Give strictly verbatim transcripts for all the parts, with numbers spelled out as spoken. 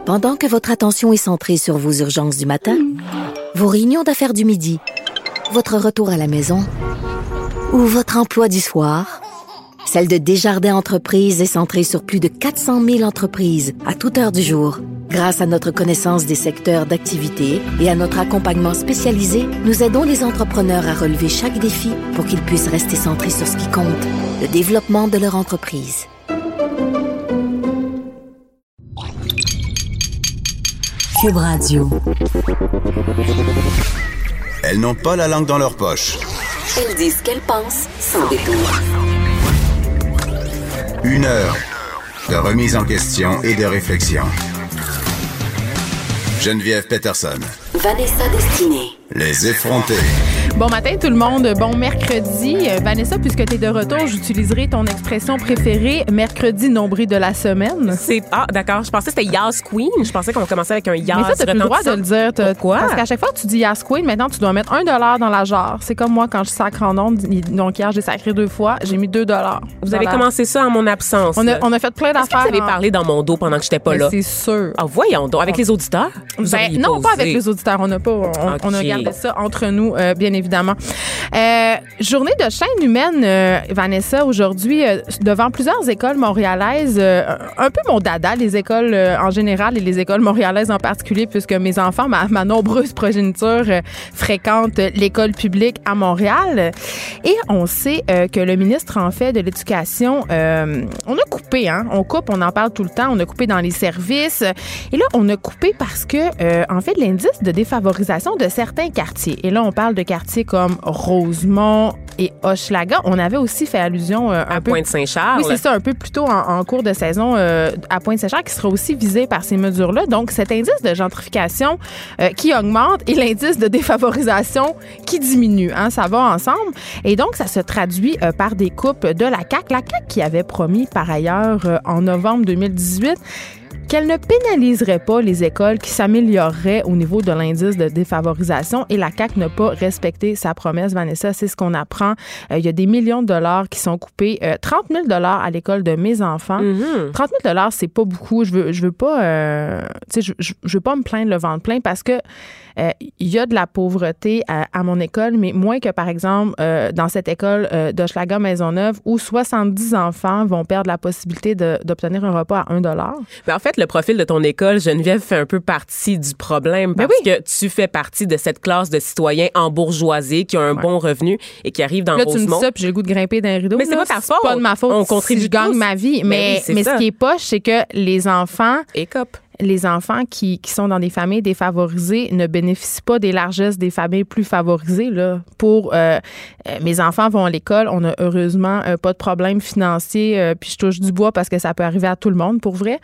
Pendant que votre attention est centrée sur vos urgences du matin, vos réunions d'affaires du midi, votre retour à la maison ou votre emploi du soir, celle de Desjardins Entreprises est centrée sur plus de quatre cent mille entreprises à toute heure du jour. Grâce à notre connaissance des secteurs d'activité et à notre accompagnement spécialisé, nous aidons les entrepreneurs à relever chaque défi pour qu'ils puissent rester centrés sur ce qui compte, le développement de leur entreprise. Cube Radio. Elles n'ont pas la langue dans leur poche. Elles disent ce qu'elles pensent sans détour. Une heure de remise en question et de réflexion. Geneviève Peterson. Vanessa Destinée. Les effrontés. Bon matin tout le monde, bon mercredi. Euh, Vanessa, puisque tu es de retour, j'utiliserai ton expression préférée, mercredi nombril de la semaine. C'est Ah, d'accord. Je pensais que c'était Yas Queen. Je pensais qu'on commençait avec un Yas. Mais ça, t'as plus le droit de le dire. Pourquoi? Parce qu'à chaque fois que tu dis Yas Queen, maintenant, tu dois mettre un dollar dans la jarre. C'est comme moi quand je sacre en ondes. Donc hier, j'ai sacré deux fois. J'ai mis deux dollars. Vous avez commencé ça en mon absence. On a, on a fait plein d'affaires. Est-ce que vous avez en... parlé dans mon dos pendant que j'étais pas Mais là? c'est sûr. Ah, voyons donc. Avec les auditeurs? Ben, non, pas avec les auditeurs. On n'a pas. On, okay. on a gardé ça entre nous, euh, bien évidemment. Euh, journée de chaîne humaine, euh, Vanessa, aujourd'hui, euh, devant plusieurs écoles montréalaises, euh, un peu mon dada, les écoles euh, en général et les écoles montréalaises en particulier, puisque mes enfants, ma, ma nombreuse progéniture, euh, fréquentent l'école publique à Montréal. Et on sait euh, que le ministre, en fait, de l'Éducation, euh, on a coupé, hein, on coupe, on en parle tout le temps, on a coupé dans les services. Et là, on a coupé parce que, euh, en fait, l'indice de défavorisation de certains quartiers, et là, on parle de quartiers comme Rosemont et Hochelaga. On avait aussi fait allusion euh, un à peu... Pointe-Saint-Charles. Oui, c'est ça, un peu plus tôt en, en cours de saison euh, à Pointe-Saint-Charles, qui sera aussi visé par ces mesures-là. Donc, cet indice de gentrification euh, qui augmente et l'indice de défavorisation qui diminue, hein, ça va ensemble. Et donc, ça se traduit euh, par des coupes de la C A Q. La C A Q qui avait promis, par ailleurs, euh, en novembre deux mille dix-huit, qu'elle ne pénaliserait pas les écoles qui s'amélioreraient au niveau de l'indice de défavorisation. Et la C A Q n'a pas respecté sa promesse, Vanessa. C'est ce qu'on apprend. Euh, il y a des millions de dollars qui sont coupés. Euh, trente mille dollars à l'école de mes enfants. Mm-hmm. trente mille dollars, c'est pas beaucoup. Je veux, je veux pas, euh, tu sais, je, je, je veux pas me plaindre le ventre plein parce que il euh, y a de la pauvreté à, à mon école, mais moins que, par exemple, euh, dans cette école euh, d'Hochelaga-Maisonneuve où soixante-dix enfants vont perdre la possibilité de, d'obtenir un repas à un dollar. Ben en fait, le profil de ton école, Geneviève, fait un peu partie du problème parce oui. que tu fais partie de cette classe de citoyens embourgeoisés qui ont un ouais. bon revenu et qui arrivent dans là, Rosemont. Tu me dis ça, puis j'ai le goût de grimper dans les rideaux. Mais c'est là. pas ta faute. C'est pas de ma faute. On contribue si je gagne tous. ma vie. Mais, mais, oui, mais ce qui est poche, c'est que les enfants... Écope. Les enfants qui, qui sont dans des familles défavorisées ne bénéficient pas des largesses des familles plus favorisées. Là. Pour euh, euh, mes enfants vont à l'école, on a heureusement euh, pas de problème financier, euh, puis je touche du bois parce que ça peut arriver à tout le monde pour vrai.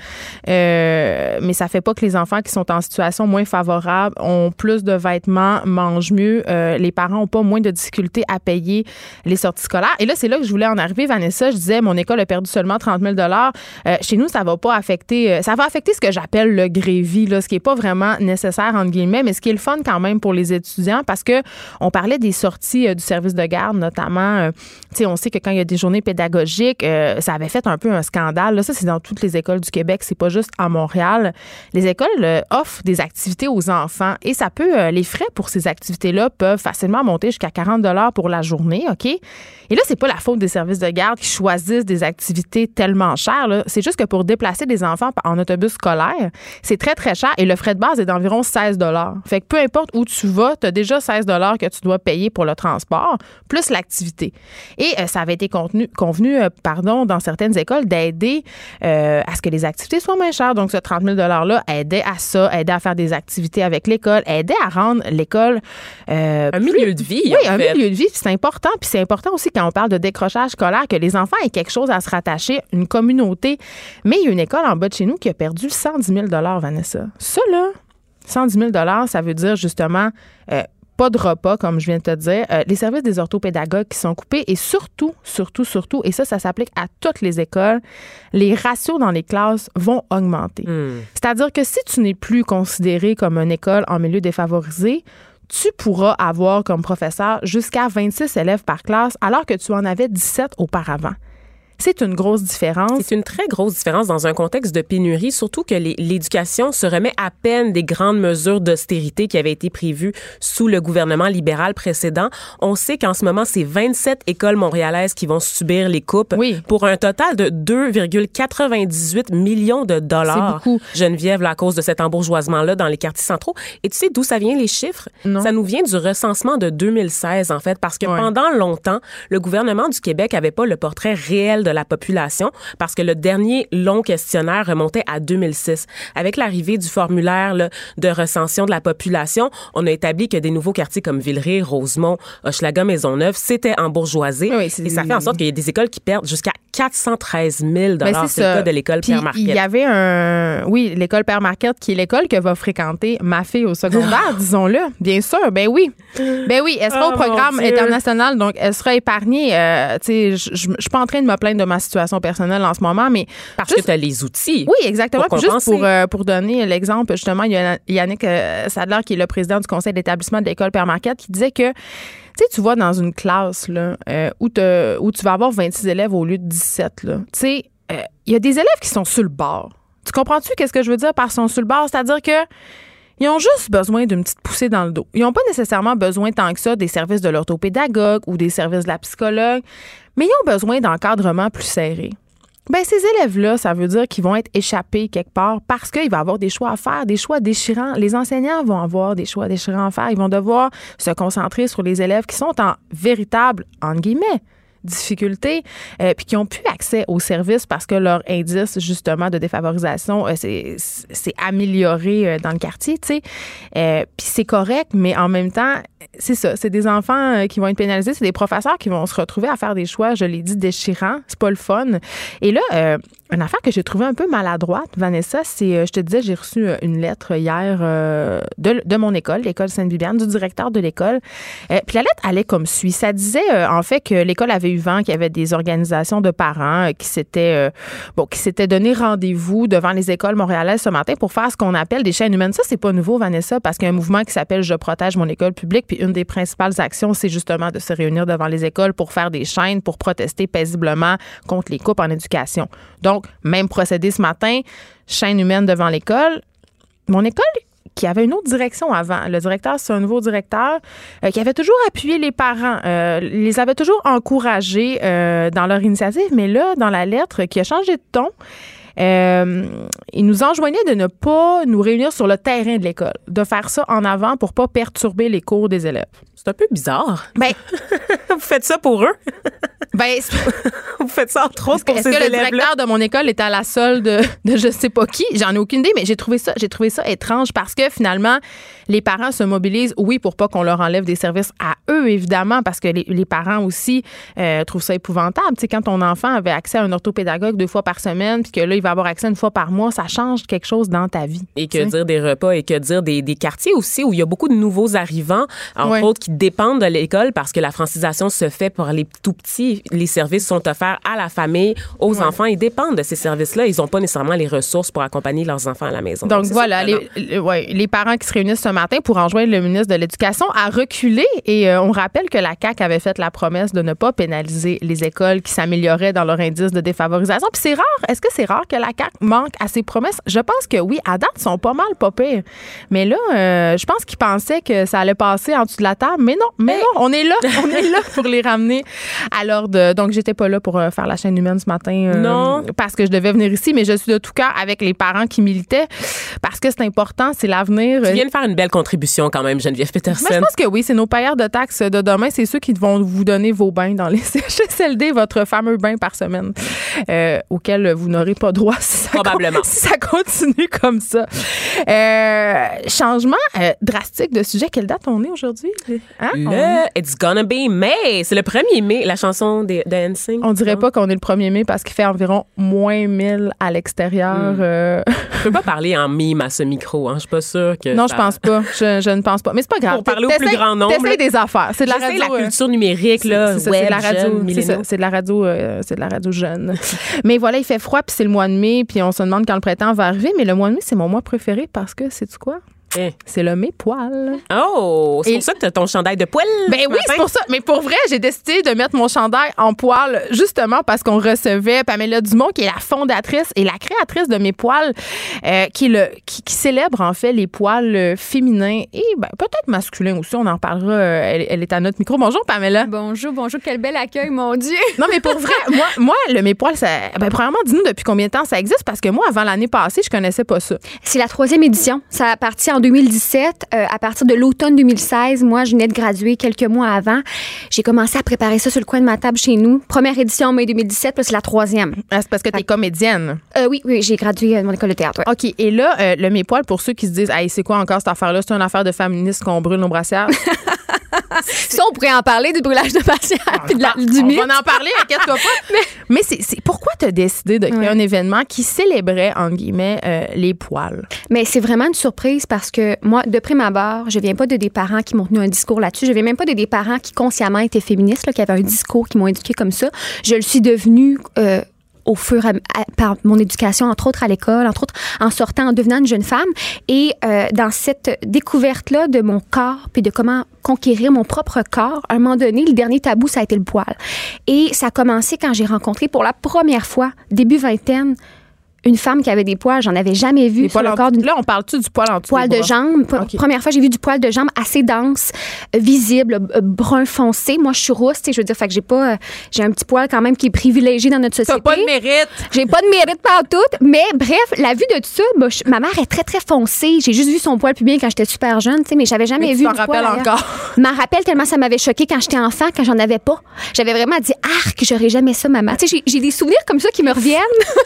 Euh, mais ça fait pas que les enfants qui sont en situation moins favorable ont plus de vêtements, mangent mieux. Euh, les parents ont pas moins de difficultés à payer les sorties scolaires. Et là, c'est là que je voulais en arriver, Vanessa. Je disais, mon école a perdu seulement trente mille dollars. Euh, chez nous, ça va pas affecter, euh, ça va affecter ce que j'appelle le grévy, là, ce qui n'est pas vraiment nécessaire, entre guillemets, mais ce qui est le fun quand même pour les étudiants parce que on parlait des sorties euh, du service de garde, notamment, euh, tu sais, on sait que quand il y a des journées pédagogiques, euh, ça avait fait un peu un scandale. Là, ça, c'est dans toutes les écoles du Québec, c'est pas juste à Montréal. Les écoles euh, offrent des activités aux enfants et ça peut, euh, les frais pour ces activités-là peuvent facilement monter jusqu'à quarante dollars pour la journée, OK? Et là, c'est pas la faute des services de garde qui choisissent des activités tellement chères, là. C'est juste que pour déplacer des enfants en autobus scolaire, c'est très, très cher et le frais de base est d'environ seize dollars. Fait que peu importe où tu vas, tu as déjà seize dollars que tu dois payer pour le transport, plus l'activité. Et euh, ça avait été contenu, convenu euh, pardon, dans certaines écoles d'aider euh, à ce que les activités soient moins chères. Donc, ce trente mille dollars-là aidait à ça, aidait à faire des activités avec l'école, aidait à rendre l'école... Euh, un plus, milieu de vie, Oui, en un fait. milieu de vie, c'est important. Puis c'est important aussi quand on parle de décrochage scolaire, que les enfants aient quelque chose à se rattacher, une communauté. Mais il y a une école en bas de chez nous qui a perdu cent dix mille dollars, Vanessa. Ça, là, cent dix mille dollars, ça veut dire justement euh, pas de repas, comme je viens de te dire, euh, les services des orthopédagogues qui sont coupés et surtout, surtout, surtout, et ça, ça s'applique à toutes les écoles, les ratios dans les classes vont augmenter. Mm. C'est-à-dire que si tu n'es plus considéré comme une école en milieu défavorisé, tu pourras avoir comme professeur jusqu'à vingt-six élèves par classe alors que tu en avais dix-sept auparavant. C'est une grosse différence. C'est une très grosse différence dans un contexte de pénurie, surtout que les, l'éducation se remet à peine des grandes mesures d'austérité qui avaient été prévues sous le gouvernement libéral précédent. On sait qu'en ce moment, c'est vingt-sept écoles montréalaises qui vont subir les coupes oui. pour un total de deux virgule quatre-vingt-dix-huit millions de dollars. C'est beaucoup. Geneviève, là, à cause de cet embourgeoisement-là dans les quartiers centraux. Et tu sais d'où ça vient, les chiffres? Non. Ça nous vient du recensement de deux mille seize, en fait, parce que ouais. pendant longtemps, le gouvernement du Québec avait pas le portrait réel de la population parce que le dernier long questionnaire remontait à deux mille six. Avec l'arrivée du formulaire là, de recension de la population, on a établi que des nouveaux quartiers comme Villeray, Rosemont, Hochelaga, Maisonneuve, c'était embourgeoisé. Oui, et ça fait en sorte qu'il y a des écoles qui perdent jusqu'à quatre cent treize mille dollars. Ben, c'est, c'est le cas de l'école Puis, Père Marquette. Il y avait un... Oui, l'école Père Marquette, qui est l'école que va fréquenter ma fille au secondaire, disons-le. Bien sûr, ben oui. Ben oui, elle sera oh, au programme international, donc elle sera épargnée. Euh, tu sais, je je suis pas en train de me plaindre de ma situation personnelle en ce moment, mais... Parce juste, que tu as les outils. Oui, exactement. Pour Puis juste pour, euh, pour donner l'exemple, justement, il y a Yannick euh, Sadler, qui est le président du conseil d'établissement de l'école Père Marquette, qui disait que tu sais, tu vas dans une classe là, euh, où, où tu vas avoir vingt-six élèves au lieu de dix-sept. Tu sais, il euh, y a des élèves qui sont sur le bord. Tu comprends-tu qu'est-ce que je veux dire par sont sur le bord? C'est-à-dire que ils ont juste besoin d'une petite poussée dans le dos. Ils n'ont pas nécessairement besoin tant que ça des services de l'orthopédagogue ou des services de la psychologue, mais ils ont besoin d'encadrement plus serré. Ben ces élèves-là, ça veut dire qu'ils vont être échappés quelque part parce qu'il va y avoir des choix à faire, des choix déchirants. Les enseignants vont avoir des choix déchirants à faire. Ils vont devoir se concentrer sur les élèves qui sont en véritable, entre guillemets, difficultés, euh, puis qui ont plus accès aux services parce que leur indice, justement, de défavorisation euh, c'est, c'est amélioré euh, dans le quartier, tu sais. Euh, puis c'est correct, mais en même temps, c'est ça, c'est des enfants euh, qui vont être pénalisés, c'est des professeurs qui vont se retrouver à faire des choix, je l'ai dit, déchirants. C'est pas le fun. Et là, euh, une affaire que j'ai trouvée un peu maladroite, Vanessa, c'est, euh, je te disais, j'ai reçu une lettre hier euh, de, de mon école, l'école Sainte-Bibiane, du directeur de l'école. Euh, puis la lettre allait comme suit. Ça disait, euh, en fait, que l'école avait eu vent qu'il y avait des organisations de parents euh, qui s'étaient, euh, bon, qui s'étaient donné rendez-vous devant les écoles montréalaises ce matin pour faire ce qu'on appelle des chaînes humaines. Ça, c'est pas nouveau, Vanessa, parce qu'il y a un mouvement qui s'appelle « Je protège mon école publique », puis une des principales actions, c'est justement de se réunir devant les écoles pour faire des chaînes, pour protester paisiblement contre les coupes en éducation. Donc, même procédé ce matin, chaîne humaine devant l'école. Mon école, qui avait une autre direction avant. Le directeur, c'est un nouveau directeur euh, qui avait toujours appuyé les parents, euh, les avait toujours encouragés euh, dans leur initiative, mais là, dans la lettre qui a changé de ton, Euh, il nous enjoignait de ne pas nous réunir sur le terrain de l'école, de faire ça en avant pour pas perturber les cours des élèves. C'est un peu bizarre. Ben, vous faites ça pour eux? Ben, vous faites ça entre autres pour est-ce ces que élèves-là? le directeur de mon école était à la solde de, de je sais pas qui? J'en ai aucune idée, mais j'ai trouvé ça, j'ai trouvé ça étrange parce que finalement, les parents se mobilisent, oui, pour pas qu'on leur enlève des services à eux, évidemment, parce que les, les parents aussi euh, trouvent ça épouvantable. Tu sais, quand ton enfant avait accès à un orthopédagogue deux fois par semaine, puis que là, il va avoir accès une fois par mois, ça change quelque chose dans ta vie. Et que t'sais? dire des repas et que dire des, des quartiers aussi où il y a beaucoup de nouveaux arrivants, entre ouais. autres, qui dépendent de l'école parce que la francisation se fait pour les tout petits. Les services sont offerts à la famille, aux ouais. enfants. Ils dépendent de ces services-là. Ils n'ont pas nécessairement les ressources pour accompagner leurs enfants à la maison. Donc, Donc voilà, les, les, ouais, les parents qui se réunissent ce matin pour enjoindre le ministre de l'Éducation à reculer. Et euh, on rappelle que la C A Q avait fait la promesse de ne pas pénaliser les écoles qui s'amélioraient dans leur indice de défavorisation. Puis c'est rare. Est-ce que c'est rare que la C A Q manque à ses promesses? Je pense que oui. À date, ils sont pas mal pas pires. Mais là, euh, je pense qu'ils pensaient que ça allait passer en dessous de la table. Mais non, mais non, on est là. On est là pour les ramener à l'ordre. Donc, j'étais pas là pour euh, faire la chaîne humaine ce matin. Euh, non. Parce que je devais venir ici, mais je suis de tout cœur avec les parents qui militaient parce que c'est important, c'est l'avenir. Tu viens de faire une belle contribution quand même, Geneviève Peterson. Mais je pense que oui, c'est nos payeurs de taxes de demain. C'est ceux qui vont vous donner vos bains dans les C H S L D, votre fameux bain par semaine, euh, auquel vous n'aurez pas droit si ça, Probablement. Con- si ça continue comme ça. Euh, changement euh, drastique de sujet. Quelle date on est aujourd'hui? Hein? Le on... It's Gonna Be May. C'est le premier mai, la chanson de, de N Sync. On dirait pas qu'on est le premier mai parce qu'il fait environ moins mille à l'extérieur. Mm. Euh... Je peux pas parler en mime à ce micro. Hein. Je suis pas sûre que Non, ça... je pense pas. Je, je ne pense pas. Mais c'est pas grave. Pour parler au plus grand nombre. T'essayes des affaires. C'est de la J'essaie radio. la culture numérique, là. C'est, c'est, web, c'est, de la radio, jeune, c'est, ça, c'est de la radio. Euh, c'est de la radio jeune. Mais voilà, il fait froid puis c'est le mois de mai puis on se demande quand le printemps va arriver. Mais le mois de mai, c'est mon mois préféré parce que, sais-tu quoi? Hein? C'est le mes poils. Oh, c'est Et- pour ça que tu as ton chandail de poil. Ben ce oui, matin? c'est pour ça. Mais pour vrai, j'ai décidé de mettre mon chandail en poils justement parce qu'on recevait Pamela Dumont, qui est la fondatrice et la créatrice de Mes poils, euh, qui, est le, qui, qui célèbre en fait les poils euh, féminins et ben, peut-être masculins aussi. On en parlera. euh, elle, elle est à notre micro. Bonjour, Pamela. Bonjour, bonjour, quel bel accueil, mon Dieu! Non, mais pour vrai, moi, moi le Mes poils, ça, ben, premièrement, dis-nous depuis combien de temps ça existe parce que moi, avant l'année passée, je connaissais pas ça. C'est la troisième édition. Ça a parti en deux mille dix-sept. Euh, à partir de l'automne deux mille seize, moi, je venais de graduer quelques mois avant. J'ai commencé à préparer ça sur le coin de ma table chez nous. Première édition en mai deux mille dix-sept, puis c'est la troisième. Ah, c'est parce que t'es comédienne. Euh, oui, oui, j'ai gradué de mon école de théâtre. Ouais. OK. Et là, euh, le Mes poils, pour ceux qui se disent, hey, c'est quoi encore cette affaire-là? C'est une affaire de féministe qu'on brûle nos brassières. Ça, on pourrait en parler du brûlage de brassière puis de la- du on mythe. va en parler, inquiète-toi pas. mais mais c'est, c'est, pourquoi tu as décidé de créer Ouais. un événement qui célébrait, en guillemets, euh, les poils? Mais c'est vraiment une surprise parce que moi, de prime abord, je viens pas de des parents qui m'ont tenu un discours là-dessus. Je viens même pas de des parents qui consciemment étaient féministes, là, qui avaient un discours, qui m'ont éduquée comme ça. Je le suis devenue... Euh, au fur et à, à- par mon éducation, entre autres à l'école, entre autres en sortant, en devenant une jeune femme. Et euh, dans cette découverte-là de mon corps, puis de comment conquérir mon propre corps, à un moment donné, le dernier tabou, ça a été le poil. Et ça a commencé quand j'ai rencontré pour la première fois, début vingtaine, une femme qui avait des poils. J'en avais jamais vu Les sur poils le en- corps d'une Là, on parle-tu du poil en dessous poil des de bras? jambe. P- OK. Première fois, j'ai vu du poil de jambe assez dense, euh, visible, euh, brun foncé. Moi, je suis rousse, tu sais, je veux dire, fait que j'ai pas, euh, j'ai un petit poil quand même qui est privilégié dans notre société. T'as pas de mérite. J'ai pas de mérite partout, mais bref, la vue de tout ça, bah, je- ma mère est très très foncée. J'ai juste vu son poil pubien quand j'étais super jeune, tu sais, mais j'avais jamais Mais tu vu t'en du poil rappelles ailleurs. encore. Je m'en rappelle tellement ça m'avait choqué quand j'étais enfant, quand j'en avais pas. J'avais vraiment dit arc, j'aurais jamais ça, maman. Tu sais, j'ai, j'ai des souvenirs comme ça qui me reviennent.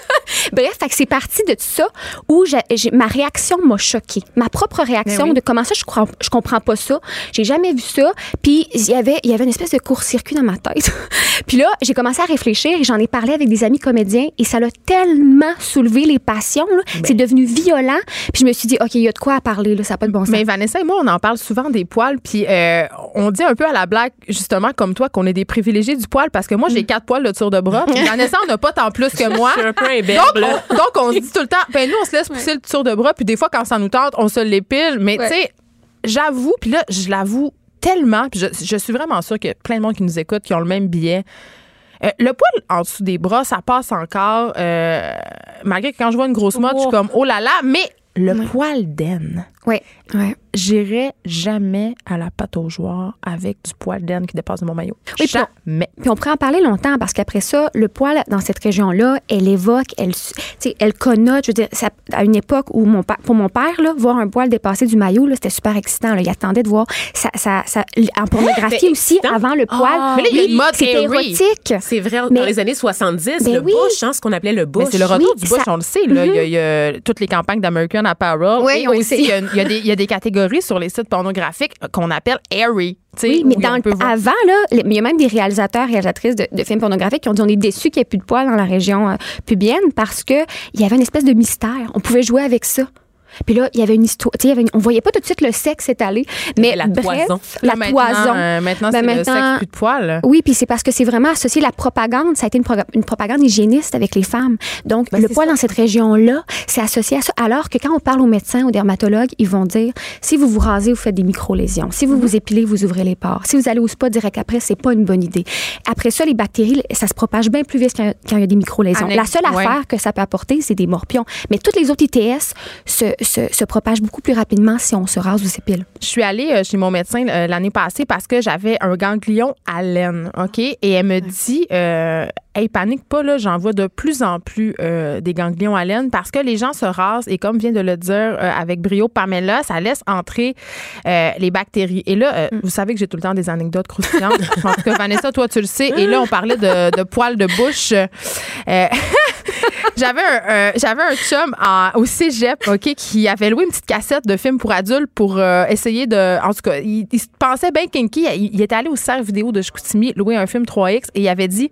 Bref, fait que c'est parti de tout ça où j'ai, j'ai- ma réaction m'a choquée. Ma propre réaction Mais oui. de comment ça, je, crois, je comprends pas ça. J'ai jamais vu ça. Puis il y avait, il y avait une espèce de court-circuit dans ma tête. Puis là, j'ai commencé à réfléchir et j'en ai parlé avec des amis comédiens et ça l'a tellement soulevé les passions. là. C'est devenu violent. Puis je me suis dit, OK, il y a de quoi à parler, là, ça n'a pas de bon sens. Mais Vanessa et moi, on en parle souvent des poils, puis euh, on dit un peu à la blague, justement, comme toi, qu'on est des privilégiés du poil, parce que moi, j'ai quatre poils de tour de bras, puis Vanessa en a pas tant plus que moi. Je suis un peu Donc imberbe, là. on, donc, on se dit tout le temps, ben nous, on se laisse pousser le tour de bras, puis des fois, quand ça nous tente, on se l'épile. Mais Ouais. tu sais, j'avoue, puis là, je l'avoue tellement, puis je, je suis vraiment sûre qu'il y a plein de monde qui nous écoute, qui ont le même billet. Euh, le poil en dessous des bras, ça passe encore, euh, malgré que quand je vois une grosse mode, je suis comme, oh là là, mais le poil d'aine, Oui, oui. j'irai jamais à la pataugeoire avec du poil d'aine qui dépasse de mon maillot. Oui, puis on- Jamais. Puis on pourrait en parler longtemps parce qu'après ça, le poil dans cette région-là, elle évoque, elle, tu sais, elle connote. Je veux dire, ça, à une époque où mon père, pour mon père, là, voir un poil dépasser du maillot, là, c'était super excitant. Là. Il attendait de voir ça, ça, ça en pornographie C'était aussi excitant. avant le poil. Ah, mais là, il y a Oui, une mode c'était airy. érotique. C'est vrai, Mais- dans les années soixante-dix, Ben le oui. bush, hein, ce qu'on appelait le bush. Mais c'est le retour Oui, du bush, ça- on le sait. Là. Il, y a, il y a toutes les campagnes d'American Apparel. Oui, et on le aussi, sait. il y, a, il y a des, il y a des catégories sur les sites pornographiques qu'on appelle airy. tu sais, Oui, mais où dans on le- peut voir- avant, là, les- il y a même des réalisateurs, réalisatrices de, de films pornographiques qui ont dit on est déçus qu'il n'y ait plus de poils dans la région euh, pubienne parce qu'il y avait une espèce de mystère. On pouvait jouer avec ça. Puis là, il y avait une histoire. Tu sais, il y avait une- on voyait pas tout de suite le sexe s'étaler. Mais La bref, toison. la Là, maintenant, toison. euh, maintenant, Ben, c'est le maintenant- sexe plus de poils. Oui, puis c'est parce que c'est vraiment associé la propagande. Ça a été une, proga- une propagande hygiéniste avec les femmes. Donc, Ben, le c'est poil ça. dans cette région-là, c'est associé à ça. Alors que quand on parle aux médecins, aux dermatologues, ils vont dire si vous vous rasez, vous faites des micro-lésions. Si vous vous épilez, vous ouvrez les pores. Si vous allez au spa direct après, c'est pas une bonne idée. Après ça, les bactéries, ça se propage bien plus vite quand, quand il y a des micro-lésions. Annex- La seule ouais. affaire que ça peut apporter, c'est des morpions. Mais toutes les autres I T S se, se, se propagent beaucoup plus rapidement si on se rase ou s'épile. Je suis allée euh, chez mon médecin euh, l'année passée parce que j'avais un ganglion à laine, OK? Et elle me dit, euh, hey, panique pas, là, j'en vois de plus en plus euh, des ganglions à laine parce que les gens se rasent et comme vient de le dire euh, avec brio Pamela, ça laisse entrer euh, les bactéries. Et là, euh, vous savez que j'ai tout le temps des anecdotes croustillantes. En tout cas, Vanessa, toi, tu le sais. Et là, on parlait de, de poils de bouche. Euh, J'avais un, euh, j'avais un chum en- au cégep, OK, qui avait loué une petite cassette de films pour adultes pour euh, essayer de... En tout cas, il, il se pensait bien kinky. Il, il était allé au Cerf Vidéo de Chicoutimi louer un film trois X et il avait dit...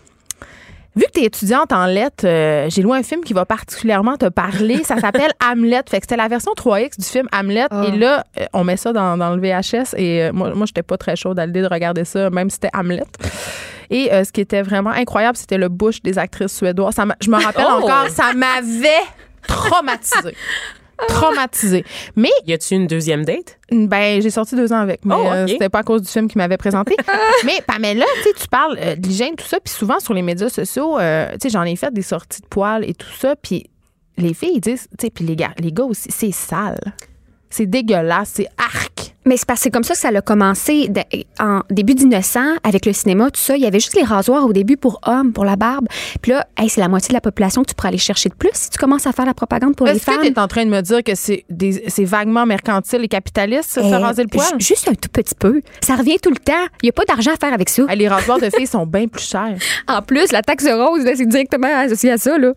Vu que tu es étudiante en lettres, euh, j'ai loué un film qui va particulièrement te parler. Ça s'appelle Hamlet. Fait que c'était la version trois X du film Hamlet. Oh. Et là, euh, on met ça dans, dans le V H S. Et euh, moi, moi j'étais pas très chaude à l'idée de regarder ça, même si c'était Hamlet. Et euh, ce qui était vraiment incroyable, c'était le bush des actrices suédoises. Ça m'a- je me rappelle Oh! encore, ça m'avait traumatisée. Traumatisée. Mais... Y a-tu une deuxième date? Ben, j'ai sorti deux ans avec, mais oh, okay. euh, c'était pas à cause du film qu'il m'avait présenté. Mais Pamela, tu sais, tu parles euh, de l'hygiène, tout ça, puis souvent sur les médias sociaux, euh, tu sais, j'en ai fait des sorties de poils et tout ça, puis les filles ils disent, tu sais, puis les gars, les gars aussi, c'est sale. C'est dégueulasse, c'est arc. Mais c'est parce que c'est comme ça que ça a commencé de, en début dix-neuf cents avec le cinéma, tout ça. Il y avait juste les rasoirs au début pour hommes, pour la barbe. Puis là, hey, c'est la moitié de la population que tu pourrais aller chercher de plus si tu commences à faire la propagande pour Est-ce les femmes. Est-ce que tu es en train de me dire que c'est, des, c'est vaguement mercantile et capitaliste, eh, se raser le poil? J- juste un tout petit peu. Ça revient tout le temps. Il n'y a pas d'argent à faire avec ça. Hey, les rasoirs de filles sont bien plus chers. En plus, la taxe rose, là, c'est directement associé à ça. Là.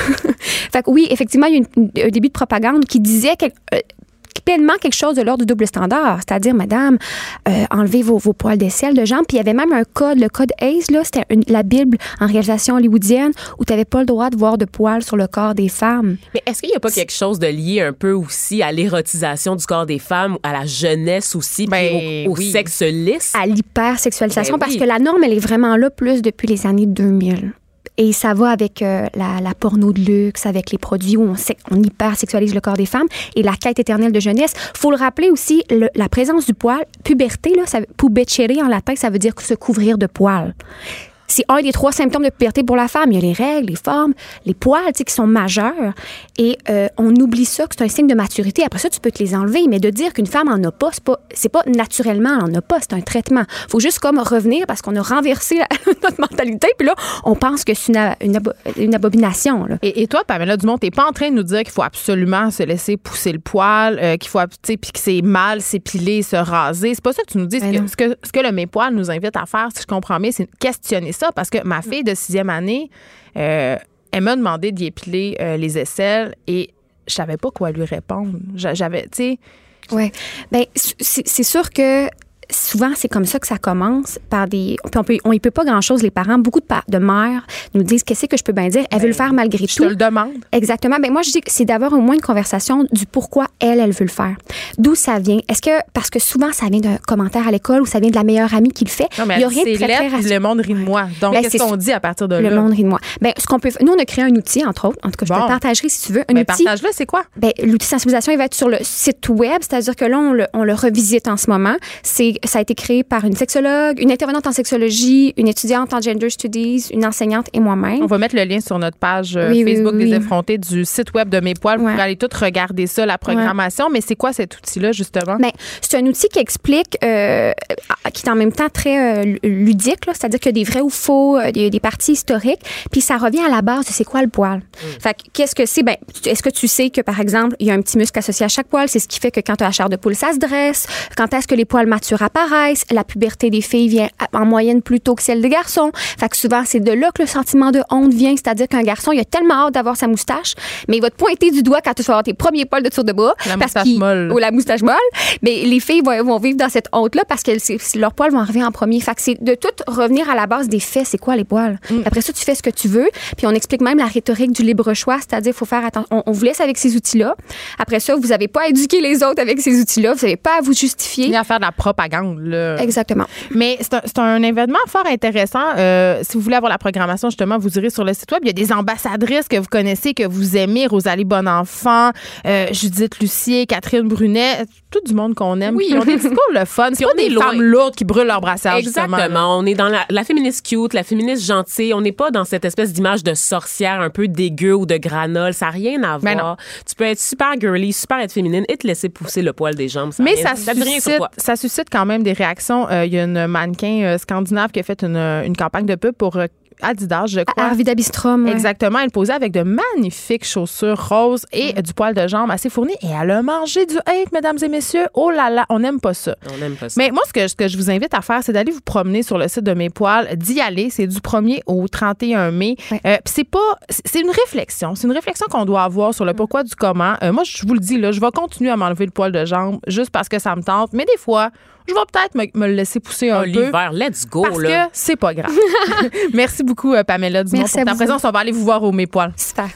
Fait que oui, effectivement, il y a une, une, un début de propagande qui disait que... Euh, pleinement quelque chose de l'ordre du double standard, c'est-à-dire, madame, euh, enlevez vos, vos poils d'aisselle de jambes. Puis il y avait même un code, le code Hays, là, c'était une, la Bible en réalisation hollywoodienne où tu n'avais pas le droit de voir de poils sur le corps des femmes. Mais est-ce qu'il n'y a pas quelque chose de lié un peu aussi à l'érotisation du corps des femmes, à la jeunesse aussi, ben, puis au, au oui. sexe lisse? À l'hypersexualisation, ben, parce oui. que la norme, elle est vraiment là plus depuis les années deux mille. Et ça va avec euh, la, la porno de luxe, avec les produits où on, on hypersexualise le corps des femmes et la quête éternelle de jeunesse. Il faut le rappeler aussi, le, la présence du poil, puberté, là, ça, pubescere en latin, ça veut dire se couvrir de poils. C'est un des trois symptômes de puberté pour la femme. Il y a les règles, les formes, les poils, tu sais, qui sont majeurs. Et euh, on oublie ça, que c'est un signe de maturité. Après ça, tu peux te les enlever. Mais de dire qu'une femme en a pas, c'est pas, c'est pas naturellement, elle en a pas. C'est un traitement. Faut juste comme revenir parce qu'on a renversé la, notre mentalité. Puis là, on pense que c'est une, une, abo, une abomination. Là. Et, et toi, Pamela Dumont, t'es pas en train de nous dire qu'il faut absolument se laisser pousser le poil, euh, qu'il faut, tu sais, puis que c'est mal s'épiler, se raser. C'est pas ça que tu nous dis. Ce que, ce que, ce que le Mes Poils nous invite à faire, si je comprends bien, c'est questionner ça, parce que ma fille de sixième année, euh, elle m'a demandé d'y épiler euh, les aisselles et je savais pas quoi lui répondre. J'avais, tu sais... Oui. Bien, c'est, c'est sûr que souvent, c'est comme ça que ça commence, par des... Puis on peut, on y peut pas grand-chose, les parents. Beaucoup de, pa- de mères nous disent, qu'est-ce que je peux bien dire? Elle ben, veut le faire malgré je tout. Je te le demande. Exactement. Ben moi, je dis que c'est d'avoir au moins une conversation du pourquoi elle, elle veut le faire. D'où ça vient? Est-ce que, parce que souvent, ça vient d'un commentaire à l'école ou ça vient de la meilleure amie qui le fait? Non, mais il y a rien c'est de très, lettre, très rassurant. Le monde rit de moi. Donc, ben, qu'est-ce qu'on dit à partir de le là? Le monde rit de moi. Ben, ce qu'on peut faire, nous, on a créé un outil, entre autres. En tout cas, je bon. te le partagerai si tu veux. Un ben, outil. Partage-le, c'est quoi? Ben, l'outil sensibilisation, il va être sur le site web, c'est-à-dire que là, on le, on le revisite en ce moment. C'est, ça a été créé par une sexologue, une intervenante en sexologie, une étudiante en gender studies, une enseignante et moi-même. On va mettre le lien sur notre page oui, Facebook oui, oui, des oui. effrontés du site web de Mes Poils. Vous ouais. pouvez aller tout regarder ça, la programmation. Ouais. Mais c'est quoi cet outil-là, justement? Ben, c'est un outil qui explique, euh, qui est en même temps très euh, ludique, là, c'est-à-dire qu'il y a des vrais ou faux, il y a des parties historiques, puis ça revient à la base de c'est quoi le poil. Mm. Fait que, qu'est-ce que c'est? Ben, est-ce que tu sais que, par exemple, il y a un petit muscle associé à chaque poil? C'est ce qui fait que quand tu as la chair de poule, ça se dresse. Quand est-ce que les poils matures apparaissent? La puberté des filles vient en moyenne plus tôt que celle des garçons. Fait que souvent, c'est de là que le sentiment de honte vient. C'est-à-dire qu'un garçon, il a tellement hâte d'avoir sa moustache, mais il va te pointer du doigt quand tu vas avoir tes premiers poils de tour de bras. La parce moustache molle. Ou la moustache molle. Mais les filles vont, vont vivre dans cette honte-là parce que c'est, leurs poils vont arriver en premier. Fait que c'est de tout revenir à la base des faits. C'est quoi les poils? Mm. Après ça, tu fais ce que tu veux. Puis on explique même la rhétorique du libre choix. C'est-à-dire, il faut faire attention. On, on vous laisse avec ces outils-là. Après ça, vous n'avez pas à éduquer les autres avec ces outils-là. Vous n'avez pas à vous justifier. Ni à faire de la propagande, là. Exactement. Mais c'est un, c'est un événement fort intéressant. Euh, si vous voulez avoir la programmation, justement, vous irez sur le site web. Il y a des ambassadrices que vous connaissez, que vous aimez. Rosalie Bonenfant, euh, Judith Lucier, Catherine Brunet, tout du monde qu'on aime. Oui. Ils ont des discours le fun. C'est pas des loin. femmes lourdes qui brûlent leur brassage, Exactement. Justement. On est dans la, la féministe cute, la féministe gentille. On n'est pas dans cette espèce d'image de sorcière un peu dégueu ou de granole. Ça n'a rien à voir. Tu peux être super girly, super être féminine et te laisser pousser le poil des jambes. Ça Mais rien, ça, ça, suscite, ça suscite quand même des réactions. Il euh, y a une mannequin euh, scandinave qui a fait une, une campagne de pub pour... Euh, Adidas, je crois. Arvida Bistrom. Ouais. Exactement. Elle posait avec de magnifiques chaussures roses et mm. du poil de jambe assez fourni. Et elle a mangé du hate, mesdames et messieurs. Oh là là, on n'aime pas ça. On n'aime pas ça. Mais moi, ce que, ce que je vous invite à faire, c'est d'aller vous promener sur le site de Mes Poils, d'y aller. C'est du premier au trente et un mai. Ouais. Euh, puis c'est pas... C'est une réflexion. C'est une réflexion qu'on doit avoir sur le pourquoi du comment. Euh, moi, je vous le dis, là, je vais continuer à m'enlever le poil de jambe juste parce que ça me tente. Mais des fois... je vais peut-être me, me le laisser pousser un oh, peu. L'hiver, let's go. Parce là. que c'est pas grave. Merci beaucoup, Pamela Dumont, Merci pour ta présence. On va aller vous voir au Mes Poils. Super.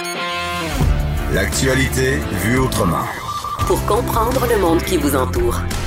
L'actualité vue autrement. Pour comprendre le monde qui vous entoure.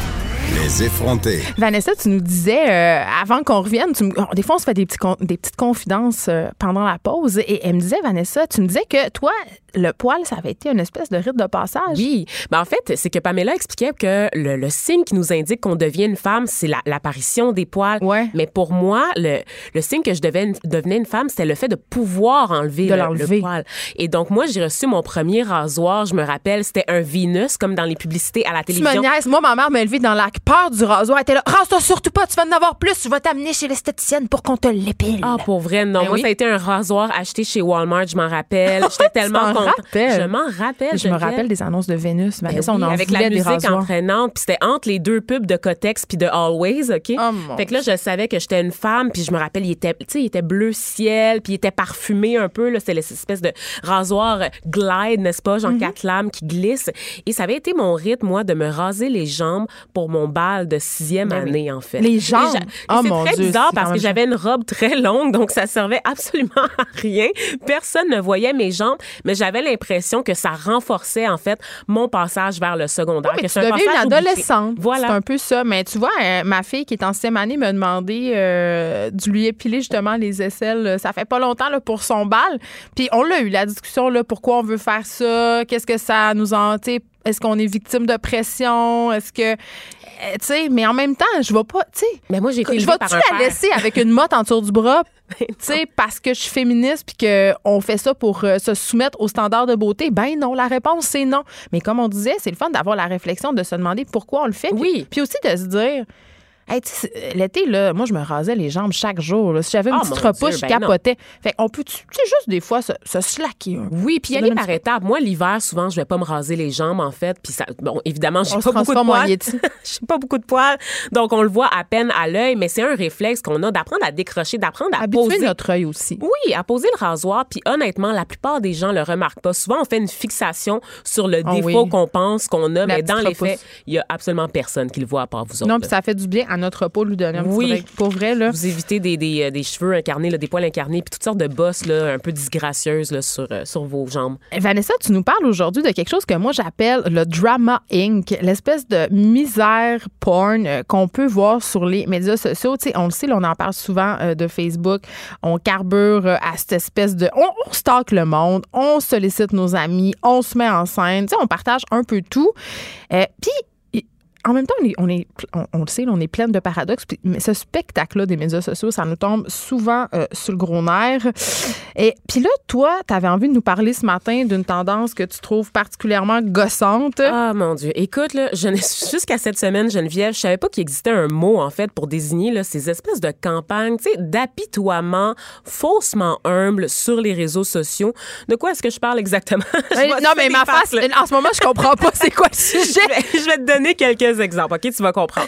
Les effrontés. Vanessa, tu nous disais, euh, avant qu'on revienne, tu me, oh, des fois, on se fait des, petits con, des petites confidences euh, pendant la pause. Et elle me disait, Vanessa, tu me disais que toi, le poil, ça avait été une espèce de rite de passage. Oui. Ben, en fait, c'est que Pamela expliquait que le, le signe qui nous indique qu'on devient une femme, c'est la, l'apparition des poils. Ouais. Mais pour moi, le, le signe que je devais, devenais une femme, c'était le fait de pouvoir enlever, de le, l'enlever. le poil. Et donc, moi, j'ai reçu mon premier rasoir, je me rappelle, c'était un Venus, comme dans les publicités à la télévision. Tu me niaises. Moi, ma mère m'a élevée dans la peur du rasoir. Elle était là, rase-toi surtout pas, tu vas en avoir plus, je vais t'amener chez l'esthéticienne pour qu'on te l'épile. Ah, pour vrai, non. Ben moi, oui. ça a été un rasoir acheté chez Walmart, je m'en rappelle. J'étais tellement contente. Rappelles. Je m'en rappelle. Je me rappelle des annonces de Vénus. Ben Vanessa, oui, on en avec voulait la des musique rasoirs. entraînante, puis c'était entre les deux pubs de Kotex puis de Always, OK? Oh, mon fait que là, je savais que j'étais une femme, puis je me rappelle, il était, tu sais, il était bleu ciel, puis il était parfumé un peu, là. C'était l'espèce de rasoir glide, n'est-ce pas? Genre Mm-hmm. quatre lames qui glissent. Et ça avait été mon rythme, moi, de me raser les jambes pour mon bal de sixième Ben oui. année, en fait. Les jambes? Et, ja- et Oh, c'est mon très Dieu, bizarre c'est parce quand que même j'avais une robe très longue, donc ça servait absolument à rien. Personne ne voyait mes jambes, mais j'avais l'impression que ça renforçait, en fait, mon passage vers le secondaire. Oui, mais que tu c'est un deviens une passage obligé. adolescente. Voilà. C'est un peu ça. Mais tu vois, euh, ma fille qui est en sixième année m'a demandé euh, de lui épiler justement les aisselles. euh, Ça fait pas longtemps là, pour son bal. Puis on l'a eu, la discussion, là, pourquoi on veut faire ça, qu'est-ce que ça nous en... tu sais, est-ce qu'on est victime de pression? Est-ce que... euh, tu sais, mais en même temps, je vais pas... Tu sais, Mais moi, j'ai été je élevée vais-tu par un la père. laisser avec une motte en dessous du bras? Tu sais, parce que je suis féministe puis qu'on fait ça pour euh, se soumettre aux standards de beauté? Ben non, la réponse, c'est non. Mais comme on disait, c'est le fun d'avoir la réflexion de se demander pourquoi on le fait. Puis- Oui. Puis aussi de se dire... Hey, tu sais, l'été, là, moi, je me rasais les jambes chaque jour. là. Si j'avais une Oh, petite mon repousse, Dieu, je ben capotais. Fait qu'on peut, tu sais, juste des fois, se, se slacker un peu. Oui, puis y Ça aller donne un par petit étapes. Moi, l'hiver, souvent, je vais pas me raser les jambes, en fait. Puis ça, bon, évidemment, j'ai On pas se beaucoup de transforme en poils. Yeti. J'ai pas beaucoup de poils. Donc, on le voit à peine à l'œil, mais c'est un réflexe qu'on a d'apprendre à décrocher, d'apprendre à Habituer poser. notre œil aussi. Oui, à poser le rasoir. Puis honnêtement, la plupart des gens le remarquent pas. Souvent, on fait une fixation sur le Ah défaut oui. qu'on pense qu'on a, La mais dans petite les faits, repousse. il y a absolument personne qui le voit à part vous autres. Non, là. puis ça fait du bien à notre peau de lui donner un petit Oui. break. Pour vrai, là. Vous évitez des, des, des cheveux incarnés, là, des poils incarnés, puis toutes sortes de bosses là, un peu disgracieuses là, sur, euh, sur vos jambes. Vanessa, tu nous parles aujourd'hui de quelque chose que moi j'appelle le drama inc, l'espèce de misère porn euh, qu'on peut voir sur les médias sociaux. Tu sais, on le sait, là, on en parle souvent euh, de Facebook. On carbure euh, à cette espèce de... On, on stocke le monde, on sollicite nos amis, on se met en scène. Tu sais, on partage un peu tout. Euh, Puis... En même temps, on, est, on, est, on, on le sait, là, on est pleine de paradoxes. Puis, mais ce spectacle-là des médias sociaux, ça nous tombe souvent euh, sur le gros nerf. Et puis là, toi, tu avais envie de nous parler ce matin d'une tendance que tu trouves particulièrement gossante. Ah, mon Dieu. Écoute, là, je, jusqu'à cette semaine, Geneviève, je savais pas qu'il existait un mot, en fait, pour désigner là, ces espèces de campagnes, tu sais, d'apitoiement faussement humble sur les réseaux sociaux. De quoi est-ce que je parle exactement? Je Euh, vois- non, tu fais mais des ma faces, face, là. en ce moment, je comprends pas c'est quoi le sujet. Je vais, je vais te donner quelques exemples, OK? Tu vas comprendre.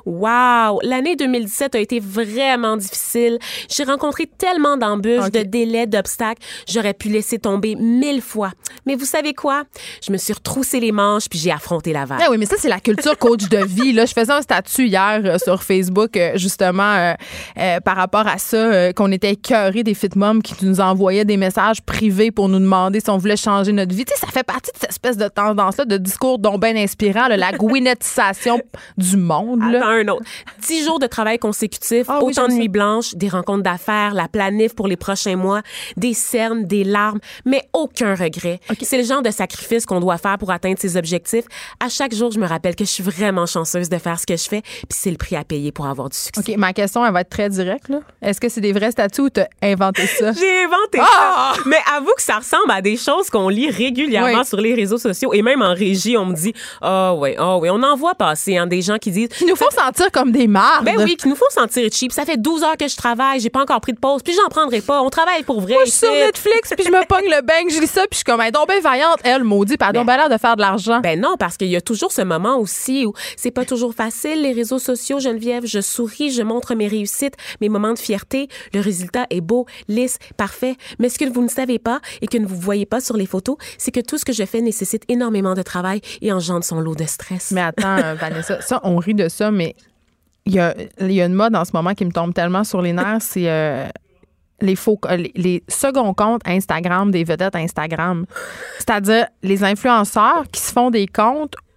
Wow! L'année deux mille dix-sept a été vraiment difficile. J'ai rencontré tellement d'embûches, OK. de délais, d'obstacles. J'aurais pu laisser tomber mille fois. Mais vous savez quoi? Je me suis retroussé les manches puis j'ai affronté la vague. Ah oui, mais ça, c'est la culture coach de vie. Là, je faisais un statut hier euh, sur Facebook, euh, justement, euh, euh, par rapport à ça, euh, qu'on était écœurés des fit moms qui nous envoyaient des messages privés pour nous demander si on voulait changer notre vie. Tu sais, ça fait partie de cette espèce de tendance-là, de discours donc bien inspirant, là, la gwynettisation du monde. Là. Attends, un autre. Dix jours de travail consécutifs, Ah oui, autant j'aime de ça. nuits blanches, des rencontres d'affaires, la planif pour les prochains mois, des cernes, des larmes, mais aucun regret. C'est le genre de sacrifice qu'on doit faire pour atteindre ses objectifs. À chaque jour, je me rappelle que je suis vraiment chanceuse de faire ce que je fais, puis c'est le prix à payer pour avoir du succès. OK, ma question, elle va être très directe. Là. Est-ce que c'est des vrais statuts ou t'as inventé ça? J'ai inventé Ah! ça. Mais avoue que ça ressemble à des choses qu'on lit régulièrement Oui. sur les réseaux sociaux. Et même en régie, on me dit « Ah oh, ouais, ah oh, ouais. » On en voit passer hein, des gens qui disent Qui nous font sentir comme des mardes. Ben oui, qui nous font sentir cheap. Ça fait douze heures que je travaille, j'ai pas encore pris de pause, puis j'en prendrai pas. On travaille pour vrai. Moi, je suis sur ici. Netflix, puis je me pogne le bang, je lis ça, puis je suis comme, elle est donc bien vaillante, elle, maudit, puis elle a donc bien l'air de faire de l'argent. Ben non, parce qu'il y a toujours ce moment aussi où c'est pas toujours facile, les réseaux sociaux, Geneviève. Je souris, je montre mes réussites, mes moments de fierté. Le résultat est beau, lisse, parfait. Mais ce que vous ne savez pas et que ne vous voyez pas sur les photos, c'est que tout ce que je fais nécessite énormément de travail et engendre son lot de stress. Mais attends, euh, Vanessa, ça, on rit de ça, mais il y a, il y a une mode en ce moment qui me tombe tellement sur les nerfs, c'est euh, les faux, les, les seconds comptes Instagram des vedettes Instagram. C'est-à-dire les influenceurs qui se font des comptes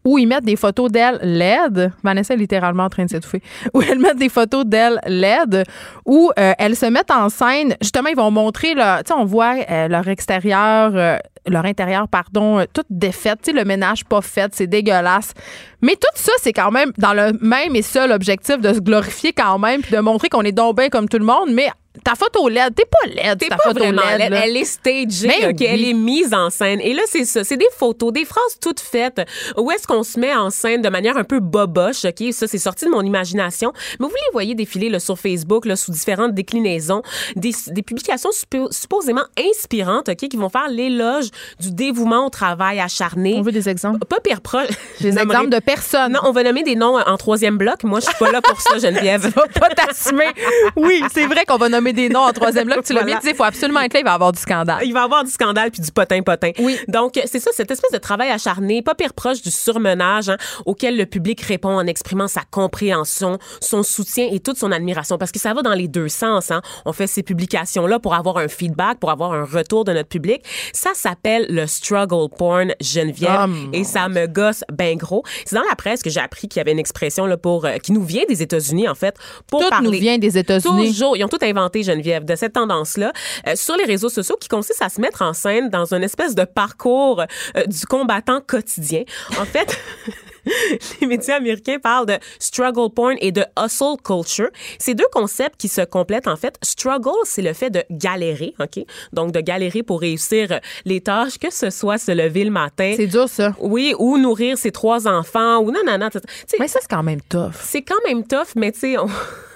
où ils mettent des photos d'elle laide. Vanessa est littéralement en train de s'étouffer. Où elles mettent des photos d'elle laide, où euh, elles se mettent en scène. Justement, ils vont montrer, tu sais, on voit euh, leur extérieur, euh, leur intérieur, pardon, euh, tout défait. Tu sais, le ménage pas fait, c'est dégueulasse. Mais tout ça, c'est quand même dans le même et seul objectif de se glorifier quand même, puis de montrer qu'on est donc bien comme tout le monde, mais ta photo laide, t'es pas laide, t'es ta pas photo vraiment laide. laide. Elle est stagée, Mais OK? oui. Elle est mise en scène. Et là, c'est ça. C'est des photos, des phrases toutes faites où est-ce qu'on se met en scène de manière un peu boboche, OK? Ça, c'est sorti de mon imagination. Mais vous les voyez défiler là, sur Facebook, là, sous différentes déclinaisons, des, des publications suppo- supposément inspirantes, OK? Qui vont faire l'éloge du dévouement au travail acharné. On veut des exemples. Pas pire proche. Des exemples de personnes. Non, on va nommer des noms en troisième bloc. Moi, je suis pas là pour ça, Geneviève. Va pas t'assumer. Oui, c'est vrai qu'on va nommer des noms en troisième bloc. Tu l'as Voilà. bien dit, il faut absolument être là, il va y avoir du scandale. Il va y avoir du scandale puis du potin-potin. Oui. Donc, c'est ça, cette espèce de travail acharné, pas pire proche du surmenage, hein, auquel le public répond en exprimant sa compréhension, son soutien et toute son admiration. Parce que ça va dans les deux sens. Hein. On fait ces publications-là pour avoir un feedback, pour avoir un retour de notre public. Ça s'appelle le struggle porn, Geneviève. Oh, et ça me gosse ben gros. C'est dans la presse que j'ai appris qu'il y avait une expression là, pour euh, qui nous vient des États-Unis, en fait, pour Tout parler. nous vient des États-Unis. Toujours. Ils ont tout inventé, Geneviève, de cette tendance-là euh, sur les réseaux sociaux qui consiste à se mettre en scène dans une espèce de parcours euh, du combattant quotidien. En fait... Les médias américains parlent de struggle porn et de hustle culture. C'est deux concepts qui se complètent, en fait. Struggle, c'est le fait de galérer, OK? Donc, de galérer pour réussir les tâches, que ce soit se lever le matin. C'est dur, ça. Oui, ou nourrir ses trois enfants, ou non, non, non. Mais ça, c'est quand même tough. C'est quand même tough, mais tu sais, on...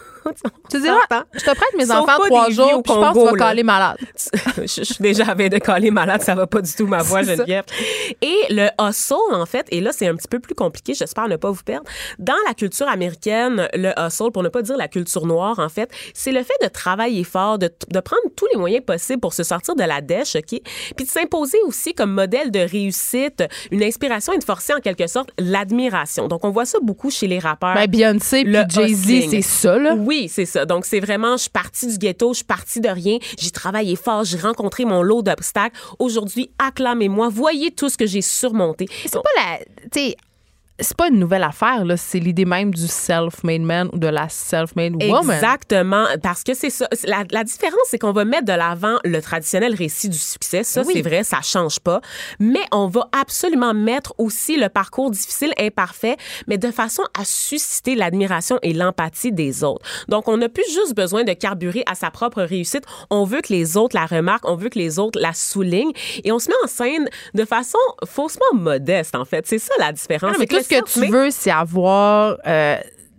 Tu diras, je te prête mes Sauf enfants pas trois des vies jours, au puis je pense que tu Congo, vas là. caler malade. je, je suis déjà avec de caler malade, ça va pas du tout ma voix, C'est Geneviève. Et le hustle, en fait, et là, c'est un petit peu plus compliqué, j'espère ne pas vous perdre. Dans la culture américaine, le hustle, pour ne pas dire la culture noire, en fait, c'est le fait de travailler fort, de, de prendre tous les moyens possibles pour se sortir de la dèche, OK? Puis de s'imposer aussi comme modèle de réussite, une inspiration et de forcer en quelque sorte l'admiration. Donc, on voit ça beaucoup chez les rappeurs. Ben, Beyoncé puis Le Jay-Z, hustling. c'est ça, là. Oui, c'est ça. Donc, c'est vraiment, je suis partie du ghetto, je suis partie de rien, j'ai travaillé fort, j'ai rencontré mon lot d'obstacles. Aujourd'hui, acclamez-moi, voyez tout ce que j'ai surmonté. C'est pas la... Tu sais, c'est pas une nouvelle affaire, là. C'est l'idée même du self-made man ou de la self-made woman. Exactement, parce que c'est ça. La, la différence, c'est qu'on va mettre de l'avant le traditionnel récit du succès. Ça, Oui. c'est vrai, ça change pas. Mais on va absolument mettre aussi le parcours difficile, imparfait, mais de façon à susciter l'admiration et l'empathie des autres. Donc, on n'a plus juste besoin de carburer à sa propre réussite. On veut que les autres la remarquent, on veut que les autres la soulignent et on se met en scène de façon faussement modeste, en fait. C'est ça la différence. Non, mais C'est tout ce que tu mais- veux, c'est avoir euh,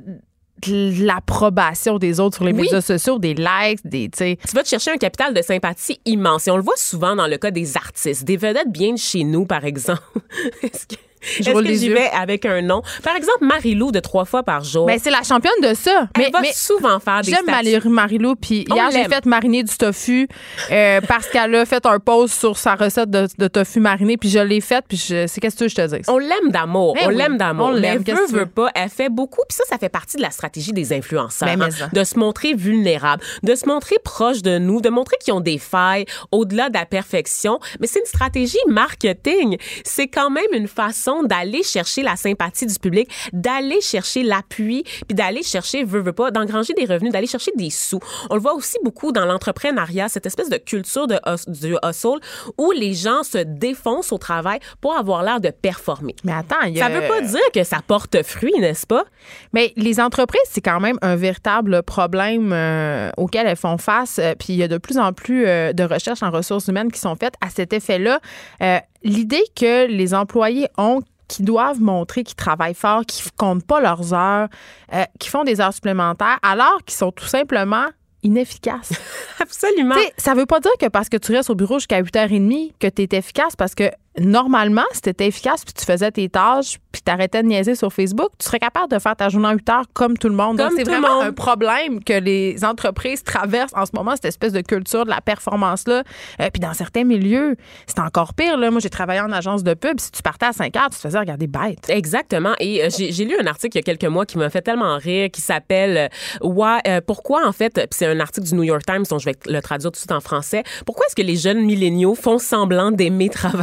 de l'approbation des autres sur les Oui. médias sociaux, des likes, des, tu sais. Tu vas te chercher un capital de sympathie immense. Et on le voit souvent dans le cas des artistes, des vedettes bien de chez nous, par exemple. Est-ce que, est-ce roule que les j'y yeux. vais avec un nom? Par exemple, Marie-Lou de trois fois par jour. Ben, c'est la championne de ça. Elle mais, va mais souvent faire des j'aime statuts. Marie- Marie-Lou, puis On hier, j'ai l'aime. fait mariner du tofu euh, parce qu'elle a fait un post sur sa recette de, de tofu mariné, puis je l'ai faite, puis je- c'est qu'est-ce que tu veux que je te dise? On l'aime d'amour. Ben on oui, l'aime d'amour. on Mais l'aime, qu'est-ce veut, que tu veux? veut pas, elle fait beaucoup. Puis ça, ça fait partie de la stratégie des influenceurs. Ben, mais hein, ça. de se montrer vulnérable, de se montrer proche de nous, de montrer qu'ils ont des failles au-delà de la perfection. Mais c'est une stratégie marketing. C'est quand même une façon d'aller chercher la sympathie du public, d'aller chercher l'appui, puis d'aller chercher, veut, veut pas, d'engranger des revenus, d'aller chercher des sous. On le voit aussi beaucoup dans l'entrepreneuriat, cette espèce de culture de hus- du hustle où les gens se défoncent au travail pour avoir l'air de performer. Mais attends, il y a... Ça veut pas dire que ça porte fruit, n'est-ce pas? Mais les entreprises, c'est quand même un véritable problème euh, auquel elles font face. Euh, Puis il y a de plus en plus euh, de recherches en ressources humaines qui sont faites à cet effet-là. Euh, L'idée que les employés ont qui doivent montrer qu'ils travaillent fort, qu'ils ne comptent pas leurs heures, euh, qu'ils font des heures supplémentaires, alors qu'ils sont tout simplement inefficaces. Absolument. Tu sais, ça veut pas dire que parce que tu restes au bureau jusqu'à huit heures trente que tu es efficace, parce que normalement, si tu étais efficace puis tu faisais tes tâches puis tu arrêtais de niaiser sur Facebook, tu serais capable de faire ta journée en huit heures comme tout le monde. Comme Donc, c'est tout le vraiment monde. un problème que les entreprises traversent en ce moment, cette espèce de culture de la performance-là. Euh, puis dans certains milieux, c'est encore pire. Là. Moi, j'ai travaillé en agence de pub. Si tu partais à cinq heures, tu te faisais regarder bête. Exactement. Et euh, j'ai, j'ai lu un article il y a quelques mois qui m'a fait tellement rire, qui s'appelle euh, ouais, euh, pourquoi, en fait, puis c'est un article du New York Times, dont je vais le traduire tout de suite en français. Pourquoi est-ce que les jeunes milléniaux font semblant d'aimer travailler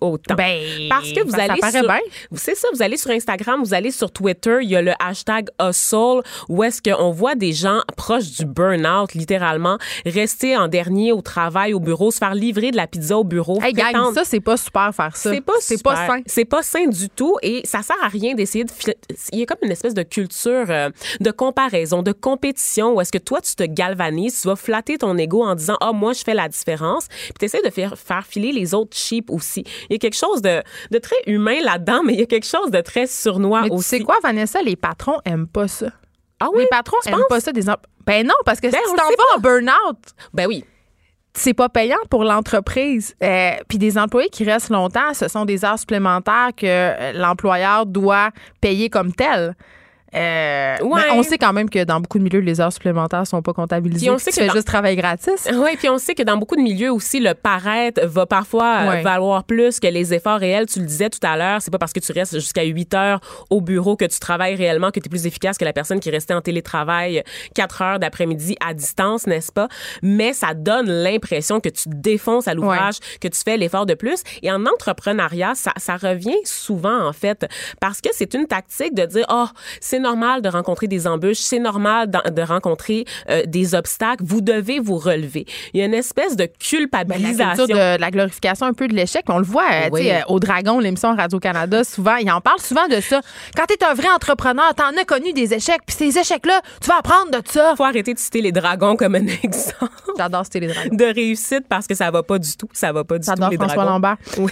autant. Ben, parce que vous ça, allez ça sur, bien. c'est ça, vous allez sur Instagram, vous allez sur Twitter, il y a le hashtag hustle où est-ce qu'on voit des gens proches du burn-out, littéralement, rester en dernier au travail, au bureau, se faire livrer de la pizza au bureau. Hey, gang, ça, c'est pas super faire ça. C'est pas c'est super. pas sain. C'est pas sain du tout et ça sert à rien d'essayer de... Il y a comme une espèce de culture euh, de comparaison, de compétition où est-ce que toi, tu te galvanises, tu vas flatter ton ego en disant « Ah, oh, moi, je fais la différence. » Puis tu essaies de faire, faire filer les autres cheap aussi. Il y a quelque chose de, de très humain là-dedans, mais il y a quelque chose de très sournois mais aussi. Tu sais quoi, Vanessa? Les patrons aiment pas ça. Ah oui? Les patrons tu aiment penses? pas ça. Des em- Ben non, parce que Ben, si on tu t'en le sait vas en burn-out, Ben oui. c'est pas payant pour l'entreprise. Euh, Puis des employés qui restent longtemps, ce sont des heures supplémentaires que euh, l'employeur doit payer comme tel. Euh, Ouais. mais on sait quand même que dans beaucoup de milieux, les heures supplémentaires sont pas comptabilisées. Puis on Puis sait tu que fais dans- juste travail gratis. Oui, puis on sait que dans beaucoup de milieux aussi, le paraître va parfois euh, Ouais. valoir plus que les efforts réels. Tu le disais tout à l'heure, c'est pas parce que tu restes jusqu'à huit heures au bureau que tu travailles réellement que tu es plus efficace que la personne qui restait en télétravail quatre heures d'après-midi à distance, n'est-ce pas? Mais ça donne l'impression que tu te défonces à l'ouvrage, que tu fais l'effort de plus. Et en entrepreneuriat, ça, ça revient souvent, en fait, parce que c'est une tactique de dire, oh, c'est normal de rencontrer des embûches, c'est normal de, de rencontrer euh, des obstacles, vous devez vous relever. Il y a une espèce de Ben, la culpabilisation. culture de, de la glorification un peu de l'échec. On le voit, euh, Oui. tu sais, euh, au Dragon, l'émission Radio-Canada, souvent, ils en parlent souvent de ça. Quand t'es un vrai entrepreneur, t'en as connu des échecs, puis ces échecs-là, tu vas apprendre de ça. Faut arrêter de citer les dragons comme un exemple J'adore citer les dragons. de réussite parce que ça va pas du tout. Ça va pas du J'adore tout, les François dragons. Lambert. Oui.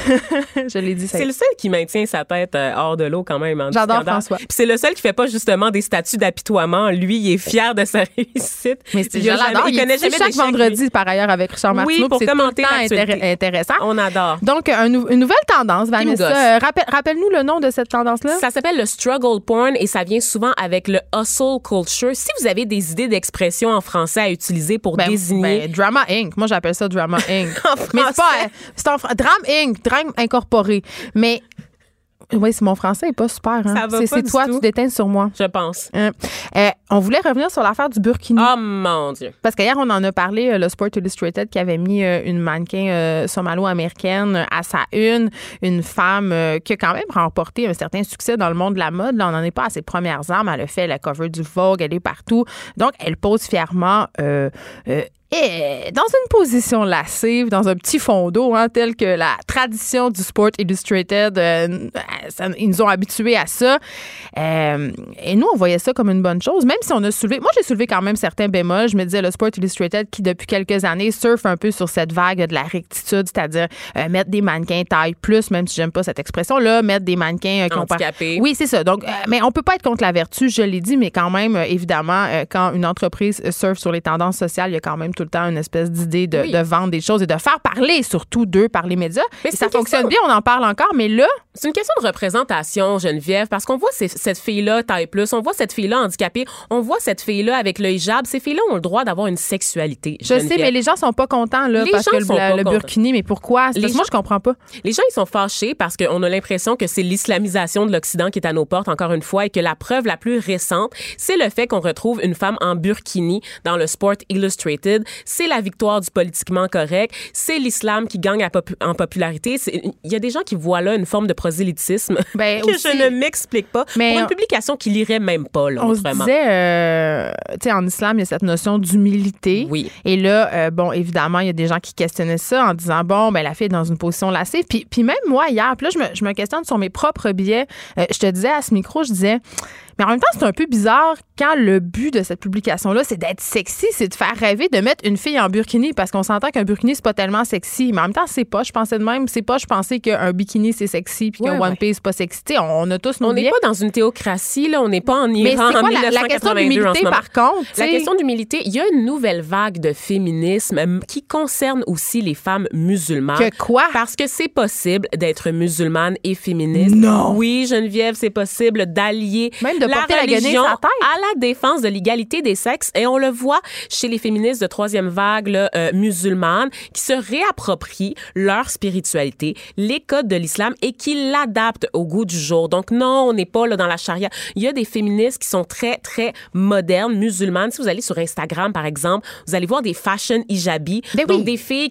Je l'ai dit, ça. C'est le seul qui maintient sa tête euh, hors de l'eau quand même. En J'adore discordant. François. Puis c'est le seul qui fait pas justement des statuts d'apitoiement. Lui, il est fier de sa réussite. Mais c'est, il, a je l'adore. jamais- il Il connaît est jamais chaque d'échec, vendredi, lui. par ailleurs, avec Richard Martineau. Oui, pour puis c'est commenter tout le temps l'actualité. intér- intéressant. On adore. Donc, un nou- une nouvelle tendance, me Vanessa. gosse. Euh, rappelle, rappelle-nous le nom de cette tendance-là. Ça s'appelle le struggle porn et ça vient souvent avec le hustle culture. Si vous avez des idées d'expression en français à utiliser pour Ben, désigner... ben, Drama Incorporated. Moi, j'appelle ça Drama Incorporated. En Mais c'est pas. français. euh, C'est en fr- Drame Incorporated. Drame Incorporé. Mais. Oui, c'est mon français est pas super. Hein? Ça va c'est pas c'est du toi, tout. tu déteins sur moi. Je pense. Hein. Euh, on voulait revenir sur l'affaire du Burkini. Oh mon Dieu. Parce qu'hier, on en a parlé, euh, le Sport Illustrated qui avait mis euh, une mannequin euh, somalo-américaine à sa une, une femme euh, qui a quand même remporté un certain succès dans le monde de la mode. Là, on n'en est pas à ses premières armes. Elle a fait la cover du Vogue, elle est partout. Donc, elle pose fièrement euh, euh, et dans une position lascive, dans un petit fond d'eau, hein, tel que la tradition du Sport Illustrated, euh, ça, ils nous ont habitués à ça. Euh, et nous, on voyait ça comme une bonne chose, même si on a soulevé... Moi, j'ai soulevé quand même certains bémols. Je me disais, le Sport Illustrated, qui depuis quelques années surfe un peu sur cette vague de la rectitude, c'est-à-dire euh, mettre des mannequins taille plus, même si j'aime pas cette expression-là, mettre des mannequins euh, qui ont pas... Handicapés. Oui, c'est ça. Donc, euh, mais on peut pas être contre la vertu, je l'ai dit, mais quand même, euh, évidemment, euh, quand une entreprise euh, surfe sur les tendances sociales, il y a quand même tout le temps une espèce d'idée de, Oui. de vendre des choses et de faire parler surtout d'eux par les médias. Mais Et c'est ça une fonctionne question- bien, on en parle encore, mais là, C'est une question de représentation, Geneviève, parce qu'on voit ces- cette fille-là taille plus, on voit cette fille-là handicapée, on voit cette fille-là avec le hijab. Ces filles-là ont le droit d'avoir une sexualité. je sais, Geneviève. mais les gens sont pas contents là, Les parce gens que le, sont la- pas le contents. burkini, mais pourquoi? C'est Les parce que moi, gens- je comprends pas. Les gens, ils sont fâchés parce qu'on a l'impression que c'est l'islamisation de l'Occident qui est à nos portes, encore une fois, et que la preuve la plus récente, c'est le fait qu'on retrouve une femme en burkini dans le Sport Illustrated. C'est la victoire du politiquement correct. C'est l'islam qui gagne à popu- en popularité. C'est- Il y a des gens qui voient là une forme de prosélytisme Ben, que aussi- je ne m'explique pas. Mais pour une on- publication qui lirait même pas, là, On se vraiment. disait, euh, tu sais, en islam, il y a cette notion d'humilité. Oui. Et là, euh, bon, évidemment, il y a des gens qui questionnaient ça en disant, bon, ben la fille est dans une position lascive. Puis, puis même moi, hier, puis là, je me, je me questionne sur mes propres billets. Euh, je te disais à ce micro, je disais, mais en même temps, c'est un peu bizarre quand le but de cette publication-là, c'est d'être sexy, c'est de faire rêver de mettre une fille en burkini, parce qu'on s'entend qu'un burkini, c'est pas tellement sexy. Mais en même temps, c'est pas, je pensais de même, c'est pas, je pensais qu'un bikini, c'est sexy, puis Ouais, qu'un ouais. One Piece, c'est pas sexy. Tu sais, on, on a tous nos On n'est billets. pas dans une théocratie, là. On n'est pas en Mais Iran c'est en quoi la, la question mille neuf cent quatre-vingt-deux en d'humilité, ce moment. par contre? La tu sais? question d'humilité, il y a une nouvelle vague de féminisme euh, qui concerne aussi les femmes musulmanes. Que quoi? Parce que c'est possible d'être musulmane et féministe. Non. Oui, Geneviève, c'est possible d'allier Même de la porter la guenille religion sur la tête. à la défense de l'égalité des sexes. Et on le voit chez les féministes de troisième vague là, euh, musulmanes qui se réapproprient leur spiritualité, les codes de l'islam et qui l'adaptent au goût du jour. Donc non, on n'est pas là dans la charia. Il y a des féministes qui sont très, très modernes, musulmanes. Si vous allez sur Instagram, par exemple, vous allez voir des fashion hijabis. Ben donc oui. des filles qui sont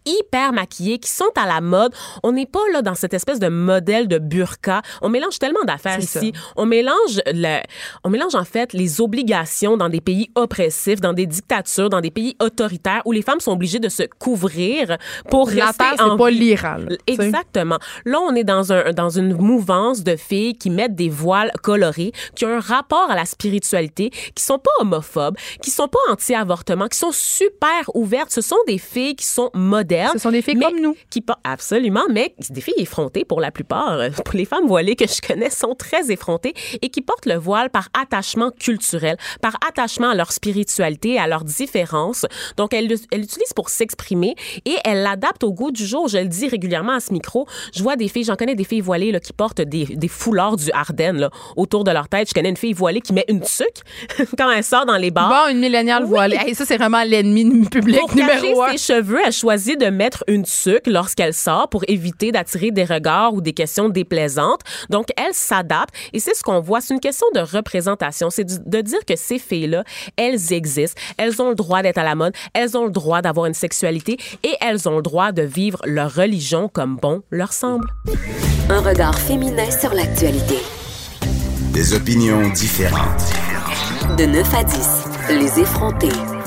hyper maquillées, qui sont à la mode. On n'est pas là dans cette espèce de modèle de burqa. On mélange tellement d'affaires C'est ici. ça. On mélange le, on mélange en fait les obligations dans des pays oppressifs, dans des dictatures, dans des pays autoritaires où les femmes sont obligées de se couvrir pour La rester terre, en c'est pas vie. l'Iran. là, tu sais. Exactement. Là, on est dans un dans une mouvance de filles qui mettent des voiles colorés, qui ont un rapport à la spiritualité, qui sont pas homophobes, qui sont pas anti-avortement, qui sont super ouvertes. Ce sont des filles qui sont modernes. Ce sont des filles mais comme nous. Qui, absolument, mais des filles effrontées pour la plupart. Pour les femmes voilées que je connais sont très effrontées et qui portent le voile par attachement culturel, par attachement à leur spiritualité, à leurs différences. Donc, elles elle l'utilisent pour s'exprimer et elles l'adaptent au goût du jour. Je le dis régulièrement à ce micro. Je vois des filles, j'en connais des filles voilées là, qui portent des, des foulards du Ardennes là, autour de leur tête. Je connais une fille voilée qui met une tuque quand elle sort dans les bars. Bon, une milléniale Oui. voilée. Hey, ça, c'est vraiment l'ennemi public Pour cacher numéro un. ses cheveux, elle choisit de mettre une tuque lorsqu'elle sort pour éviter d'attirer des regards ou des questions déplaisantes. Donc, elle s'adapte et c'est ce qu'on voit. C'est une question de représentation. C'est du- de dire que ces filles-là, elles existent. Elles ont le droit d'être à la mode. Elles ont le droit d'avoir une sexualité et elles ont le droit de vivre leur religion comme bon leur semble. Un regard féminin sur l'actualité. Des opinions différentes. De neuf à dix, les effrontés.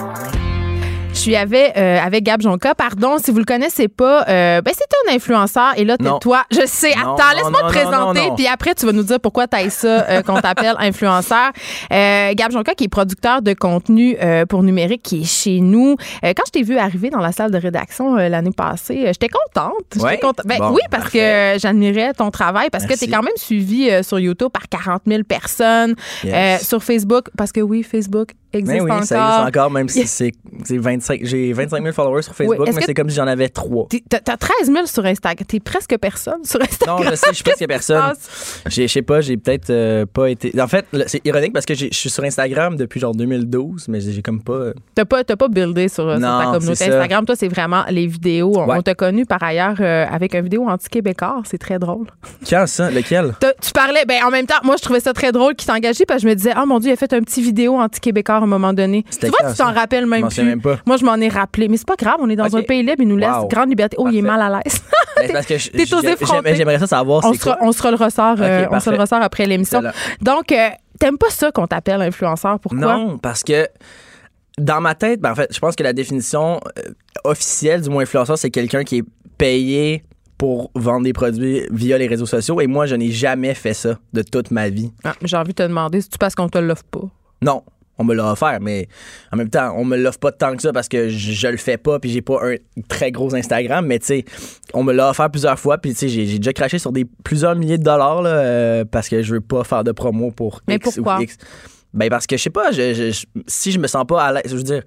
Je suis avec, euh, avec Gab Jonca. Pardon, si vous le connaissez pas, euh, ben c'est un influenceur. Et là, Non. toi, je sais. Non, Attends, non, laisse-moi non, te non, présenter. non, non. Puis après, tu vas nous dire pourquoi t'ailles ça euh, qu'on t'appelle influenceur. Euh, Gab Jonca, qui est producteur de contenu euh, pour numérique, qui est chez nous. Euh, quand je t'ai vu arriver dans la salle de rédaction euh, l'année passée, euh, j'étais contente. J'étais Ouais? contente. Ben, Bon, oui, parce parfait. que euh, j'admirais ton travail, parce Merci. que t'es quand même suivi euh, sur YouTube par quarante mille personnes, Yes. euh, sur Facebook, parce que oui, Facebook existe Mais oui, encore. ça existe encore, même si c'est c'est vingt-cinq. J'ai vingt-cinq mille followers sur Facebook, Oui, est-ce mais que- c'est comme si j'en avais trois. T'es- T'as t'as treize mille sur Instagram. T'es presque personne sur Instagram. Non, je sais, je sais pas s'il y a personne. passe? J'ai- Je sais pas, j'ai peut-être euh, pas été. En fait, là, c'est ironique parce que j'ai- je suis sur Instagram depuis genre deux mille douze, mais j'ai comme pas. euh, T'as pas, t'as pas buildé sur, sur Non, ta communauté c'est ça. Instagram. Toi, c'est vraiment les vidéos. On, Ouais. on t'a connu par ailleurs euh, avec une vidéo anti-québécois. C'est très drôle. Quand ça? Lequel? T'as- Tu parlais, ben en même temps, moi, je trouvais ça très drôle qu'il t'engageait parce que je me disais, oh mon Dieu, il a fait un petit vidéo anti-québécois à un moment donné. Tu C'était vois, quand, tu t'en ça? rappelles Je même m'en plus. souviens même pas. Moi, je m'en ai rappelé. Mais c'est pas grave, on est dans Ok. un pays libre, il nous laisse Wow. grande liberté. Oh, il est Parfait. mal à l'aise. Ben, c'est parce que je- T'es aux j'aime- effrontés. j'aime- J'aimerais ça savoir on, c'est sera, quoi. on sera le ressort, euh, Ok, on sera le parfait. ressort après l'émission. Excellent. Donc, euh, t'aimes pas ça qu'on t'appelle influenceur. Pourquoi? Non, parce que dans ma tête, ben en fait, je pense que la définition euh, officielle du mot influenceur, c'est quelqu'un qui est payé pour vendre des produits via les réseaux sociaux. Et moi, je n'ai jamais fait ça de toute ma vie. Ah, j'ai envie de te demander, c'est-tu parce qu'on te l'offre pas? Non, on me l'a offert, mais en même temps, on me l'offre pas tant que ça parce que je, je le fais pas puis j'ai pas un très gros Instagram, mais tu sais, on me l'a offert plusieurs fois puis tu sais, j'ai, j'ai déjà craché sur des plusieurs milliers de dollars là, euh, parce que je veux pas faire de promo pour Mais X pourquoi? ou X. Ben parce que je sais pas, je, je- je- si je me sens pas à l'aise, je veux dire,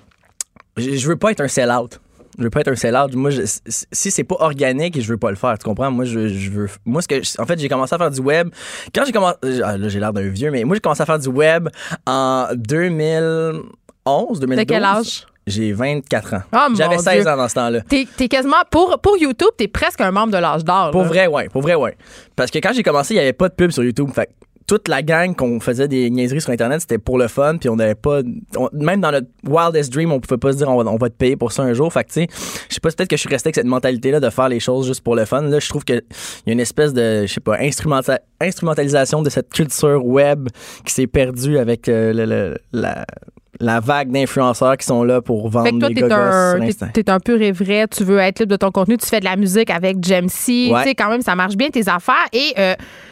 je, je veux pas être un sell-out. Je veux pas être un sell-out. Moi, je- si c'est pas organique, je veux pas le faire. Tu comprends? Moi, je, je veux. Moi, ce que, en fait, j'ai commencé à faire du web. Quand j'ai commencé, ah, là, j'ai l'air d'un vieux, mais moi, j'ai commencé à faire du web en deux mille onze, deux mille douze. De quel âge? J'ai vingt-quatre ans. Ah, mon J'avais seize Dieu. ans dans ce temps-là. T'es, t'es quasiment, pour, pour YouTube, t'es presque un membre de l'âge d'or. Pour là. vrai, ouais. Pour vrai, ouais. Parce que quand j'ai commencé, il y avait pas de pub sur YouTube. Fait que toute la gang qu'on faisait des niaiseries sur Internet, c'était pour le fun, puis on n'avait pas... on- même dans notre wildest dream, on pouvait pas se dire on va, on va te payer pour ça un jour. Fait que, tu sais, je sais pas, c'est peut-être que je suis resté avec cette mentalité-là de faire les choses juste pour le fun. Là, je trouve qu'il y a une espèce de, je sais pas, instrumenta- instrumentalisation de cette culture web qui s'est perdue avec euh, le- le- la... la vague d'influenceurs qui sont là pour vendre Fait que toi, des t'es gogos un, sur t'es, Insta. t'es un pur et vrai, tu veux être libre de ton contenu, tu fais de la musique avec Jamesy, Ouais. tu sais, quand même, ça marche bien tes affaires. Et euh,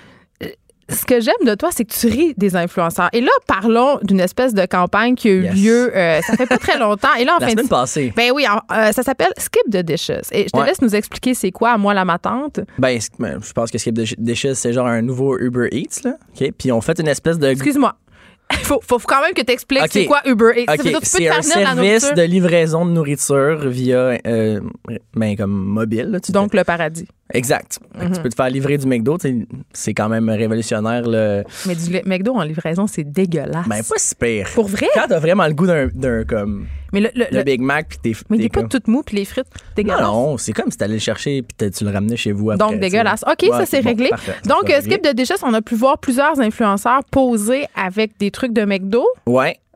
ce que j'aime de toi, c'est que tu ris des influenceurs. Et là, parlons d'une espèce de campagne qui a eu Yes. lieu, euh, ça fait pas très longtemps. Et là, en La fin de semaine passée. Ben oui, en- euh, ça s'appelle Skip the Dishes. Et je te Ouais. laisse nous expliquer c'est quoi, à moi, la ma tante. Ben, c'est- ben, je pense que Skip the Dishes, c'est genre un nouveau Uber Eats, là. OK? Puis on fait une espèce de... Excuse-moi. Il faut, faut quand même que tu expliques Ok. c'est quoi Uber Eats. OK, Tu peux te c'est faire un venir de la service nourriture. de livraison de nourriture via, euh, ben, comme mobile. Là, tu Donc, le paradis. fais- Exact. Fait que Tu peux te faire livrer du McDo. tu sais, C'est quand même révolutionnaire. Le... Mais du McDo en livraison, c'est dégueulasse. Ben, pas si pire. Pour vrai? Quand t'as vraiment le goût d'un, d'un comme, Mais le, le- le le- Big Mac, puis t'es. mais il t'es n'est pas comme- tout mou, puis les frites, Non, dégueulasse. non, c'est comme si t'allais le chercher puis t'as- tu le ramenais chez vous après. Donc, tu sais. dégueulasse. OK, Ouais, ça, c'est bon, réglé. parfait, ça, Donc, c'est euh, réglé. Skip the Dishes, on a pu voir plusieurs influenceurs poser avec des trucs de McDo. Ouais.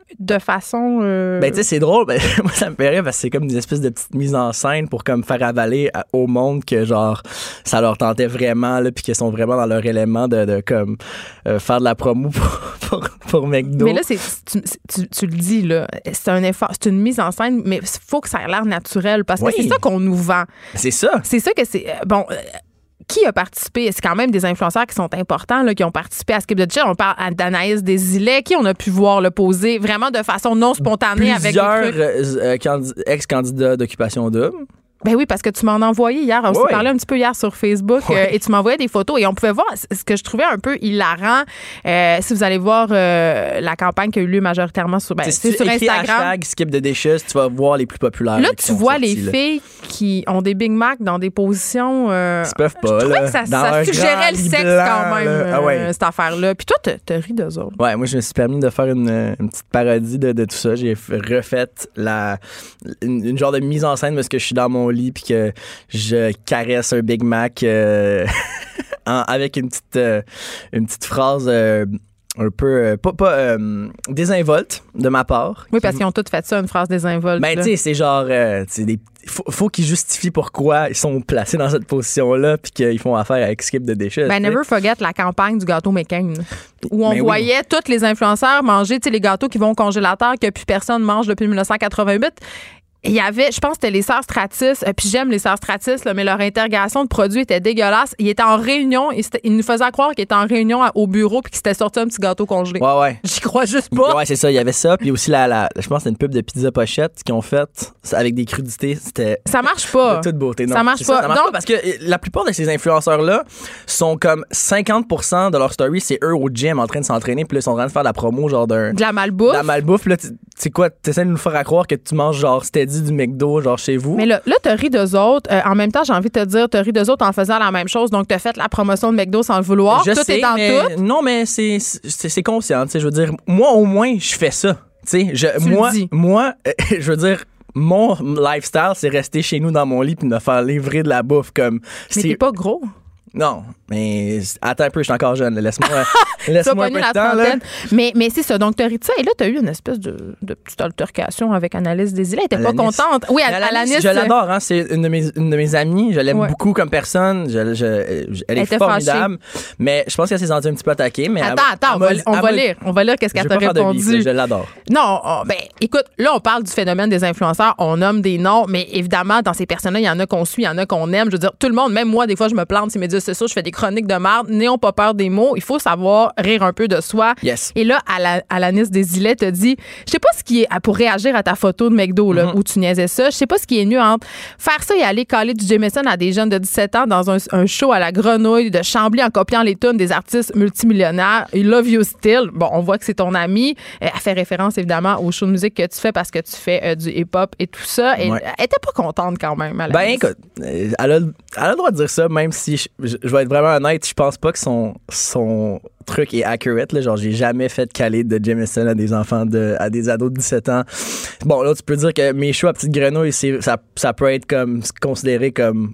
de façon... Euh... Ben, tu sais, c'est drôle. Ben, moi, ça me fait rire parce que c'est comme des espèces de petites mises en scène pour comme faire avaler à, au monde que, genre, ça leur tentait vraiment, là, puis qu'ils sont vraiment dans leur élément de, de comme, euh, faire de la promo pour, pour, pour McDo. Mais là, c'est, tu, tu, tu le dis, là, c'est un effort, c'est une mise en scène, mais il faut que ça ait l'air naturel parce que Oui. c'est ça qu'on nous vend. C'est ça. C'est ça que c'est... Bon... Qui a participé? C'est quand même des influenceurs qui sont importants, là, qui ont participé à Skip the Dishes. On parle d'Anaïs Desilets, qui on a pu voir le poser vraiment de façon non spontanée Plusieurs avec des trucs. euh, candi- ex-candidats d'Occupation Double. Ben oui, parce que tu m'en as envoyé hier. On Oui. s'est parlé un petit peu hier sur Facebook Oui. euh, et tu m'envoyais des photos et on pouvait voir ce que je trouvais un peu hilarant. Euh, si vous allez voir euh, la campagne qui a eu lieu majoritairement sur, ben, T'sais, c'est si sur tu écris Instagram. hashtag Skip the Dishes, tu vas voir les plus populaires. Là, qui tu sont vois sortis, les là. filles qui ont des Big Mac dans des positions... Euh, Ils se peuvent pas, je trouvais là. que ça, Dans ça leur suggérait grand le lit sexe blanc, quand même, là. Ah ouais. euh, cette affaire-là. Puis toi, t'as, t'as ri d'eux autres. Ouais, moi, je me suis permis de faire une, une petite parodie de, de tout ça. J'ai f- refait la, une, une genre de mise en scène parce que je suis dans mon lit puis que je caresse un Big Mac euh, en- avec une petite, euh, une petite phrase euh, un peu, euh, pas, pas euh, désinvolte de ma part. Oui, parce qu'ils ont toutes fait ça, une phrase désinvolte. Ben, là. tu sais, c'est genre, euh, tu sais, des faut, faut qu'ils justifient pourquoi ils sont placés dans cette position-là puis qu'ils font affaire avec Skip the Dishes. Ben, t'sais. never forget la campagne du gâteau McCain, où on Ben oui. voyait tous les influenceurs manger, tu sais, les gâteaux qui vont au congélateur que plus personne mange depuis dix-neuf cent quatre-vingt-huit. Il y avait, je pense que c'était les sœurs Stratis, euh, puis j'aime les sœurs Stratis, là, mais leur interrogation de produits était dégueulasse. Ils étaient en réunion, ils, ils nous faisaient croire qu'ils étaient en réunion à- au bureau puis qu'ils s'étaient sortis un petit gâteau congelé. Ouais, ouais. J'y crois juste pas. Ouais, c'est ça. Il y avait ça. Puis aussi, la, la, je pense que c'était une pub de pizza pochette qu'ils ont faite avec des crudités. C'était Ça marche pas. de toute beauté. Non, Ça marche c'est pas. ça marche Donc- pas parce que euh, la plupart de ces influenceurs-là sont comme cinquante pour cent de leur story, c'est eux au gym en train de s'entraîner. Puis là, ils sont en train de faire de la promo, genre d'un. De la malbouffe. De la malbouffe. Là, tu sais quoi, t'essaies de nous faire à croire que tu manges genre steady du McDo, genre chez vous. Mais là, là t'as ri d'eux autres. Euh, en même temps, j'ai envie de te dire, t'as ri d'eux autres en faisant la même chose. Donc, t'as fait la promotion de McDo sans le vouloir. Je tout sais, est dans mais tout. non, mais c'est c'est, c'est conscient. Tu sais, je veux dire, moi au moins, je fais ça. Tu sais, je, Tu le moi, dis. moi, euh, je veux dire. Mon lifestyle, c'est rester chez nous dans mon lit puis me faire livrer de la bouffe comme. Mais c'est- t'es pas gros. Non, mais attends un peu, je suis encore jeune. là. Laisse-moi, Tu vas laisse-moi un pogner peu la de temps. Là. trentaine. Mais, mais c'est ça. Donc, t'as ri de ça. Et là, t'as eu une espèce de, de petite altercation avec Annalise Desilets. Elle était pas Alanis. contente. Oui, Mais Alanis, Alanis. je l'adore, hein, c'est une de mes, une de mes amies. Je l'aime Ouais. beaucoup comme personne. Je, je- je- elle est était formidable. Mais je pense qu'elle s'est sentie un petit peu attaquée. Mais Attends, elle- attends, on elle va, m'a- on elle va m'a- lire. On va lire qu'est-ce Je qu'elle vais t'a pas faire de répondu. bise, là, je l'adore. Non, on- ben, écoute, là, on parle du phénomène des influenceurs. On nomme des noms, mais évidemment, dans ces personnes-là, il y en a qu'on suit, il y en a qu'on aime. Je veux dire, tout le monde, même moi, des fois, je me plante sur mes médias sociaux, je fais des chroniques de merde. N'ayons pas peur des mots. Il faut savoir rire un peu de soi. Yes. Et là, Ala- Alanis Desilets te dit, je sais pas ce qui est, pour réagir à ta photo de McDo, là, Mm-hmm. où tu niaisais ça, je sais pas ce qui est mieux entre faire ça et aller caler du Jameson à des jeunes de dix-sept ans dans un, un show à la Grenouille de Chambly en copiant les tunes des artistes multimillionnaires. I love you still. Bon, on voit que c'est ton ami. Euh, Elle fait référence, évidemment, au show de musique que tu fais parce que tu fais euh, du hip-hop et tout ça. Et Ouais. elle était pas contente quand même, Alanis. Ben écoute, euh, elle a, elle a le droit de dire ça, même si je, je- je vais être vraiment honnête, je pense pas que son, son truc est accurate. Là, genre, j'ai jamais fait caler de Jameson à des enfants, de, à des ados de dix-sept ans. Bon, là, tu peux dire que mes choix à petite grenouille, c'est, ça, ça peut être comme considéré comme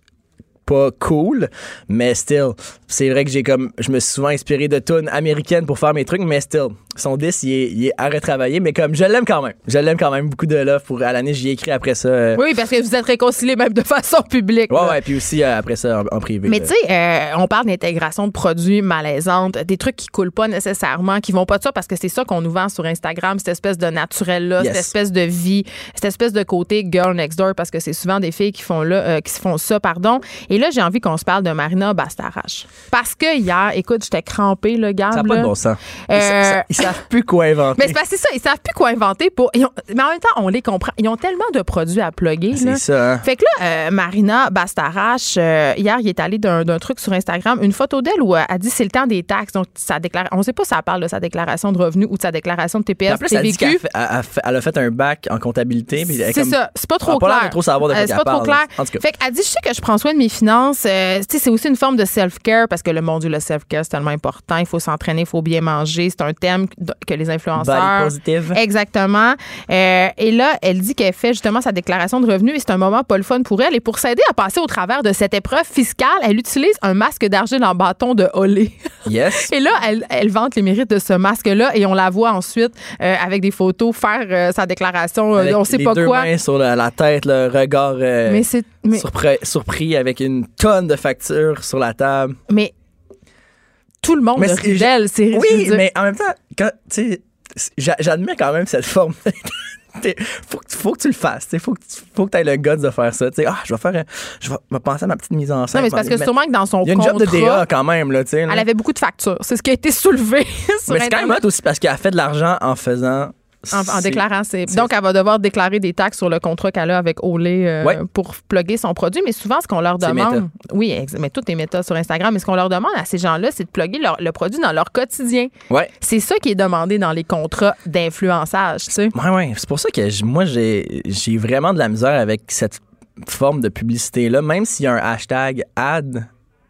pas cool, mais still, c'est vrai que j'ai comme, je me suis souvent inspiré de tunes américaines pour faire mes trucs, mais still, son disque, il est, il est à retravailler, mais comme, je l'aime quand même. Je l'aime quand même, beaucoup de love pour Alanis, j'y ai écrit après ça. euh, Oui, parce que vous êtes réconciliés même de façon publique. Ouais, là. ouais, puis aussi euh, après ça en, en privé. Mais là. tu sais, euh, on parle d'intégration de produits malaisantes, des trucs qui coulent pas nécessairement, qui vont pas de ça parce que c'est ça qu'on nous vend sur Instagram, cette espèce de naturel-là, Yes. cette espèce de vie, cette espèce de côté girl next door parce que c'est souvent des filles qui font là, euh, qui font ça, pardon. Et là, j'ai envie qu'on se parle de Marina Bastarache. Parce que hier, écoute, j'étais crampée, le gars. Ça n'a pas de bon sens. Ils, Euh, sa- ils savent plus quoi inventer. Mais c'est parce que c'est ça, ils savent plus quoi inventer pour. ils ont- mais en même temps, on les comprend. Ils ont tellement de produits à plugger. C'est là. ça, hein? Fait que là, euh, Marina Bastarache, euh, hier, il est allé d'un, d'un truc sur Instagram, une photo d'elle où euh, elle dit c'est le temps des taxes. Donc, ça déclare, on ne sait pas si ça parle de sa déclaration de revenus ou de sa déclaration de T P Puis S, en plus, elle dit T V Q. qu'elle a fait- elle a fait- elle a fait un bac en comptabilité. puis elle est C'est comme- ça, c'est pas trop elle a pas l'air clair. de trop savoir de quoi Euh, c'est qu'elle pas trop parle, clair. en tout cas. Fait qu'elle dit, je sais que je prends soin de mes finances. Euh, tu sais, c'est aussi une forme de self-care parce que le mon Dieu, le self-care, c'est tellement important. Il faut s'entraîner, il faut bien manger. C'est un thème que les influenceurs... Body positive. Exactement. Euh, et là, elle dit qu'elle fait justement sa déclaration de revenus et c'est un moment pas le fun pour elle. Et pour s'aider à passer au travers de cette épreuve fiscale, elle utilise un masque d'argile en bâton de Olé. Yes. Et là, elle, elle vante les mérites de ce masque-là et on la voit ensuite euh, avec des photos faire euh, sa déclaration. Euh, on sait les pas deux quoi. Mains sur la, la tête, le regard euh, mais c'est, mais, surpris, surpris avec une tonne de factures sur la table. Mais tout le monde mais de rit d'elle. C'est, oui, mais en même temps, quand, tu sais, j'admire quand même cette forme. faut, que, faut que tu le fasses. Faut que tu faut que aies le guts de faire ça. T'sais, ah, je vais faire, je vais, je vais penser à ma petite mise en scène. Non, mais c'est parce que sûrement que dans son il y a une contrat, job de D A quand même. Là, elle avait beaucoup de factures. C'est ce qui a été soulevé sur mais c'est quand même hot aussi parce qu'elle a fait de l'argent en faisant... En, en déclarant. C'est... Donc, elle va devoir déclarer des taxes sur le contrat qu'elle a avec Olé euh, ouais. pour plugger son produit. Mais souvent, ce qu'on leur demande... Oui, mais tout est méta sur Instagram. Mais ce qu'on leur demande à ces gens-là, c'est de plugger leur, le produit dans leur quotidien. Ouais. C'est ça qui est demandé dans les contrats d'influençage, tu sais. Oui, oui. C'est pour ça que moi, j'ai, j'ai vraiment de la misère avec cette forme de publicité-là. Même s'il y a un hashtag ad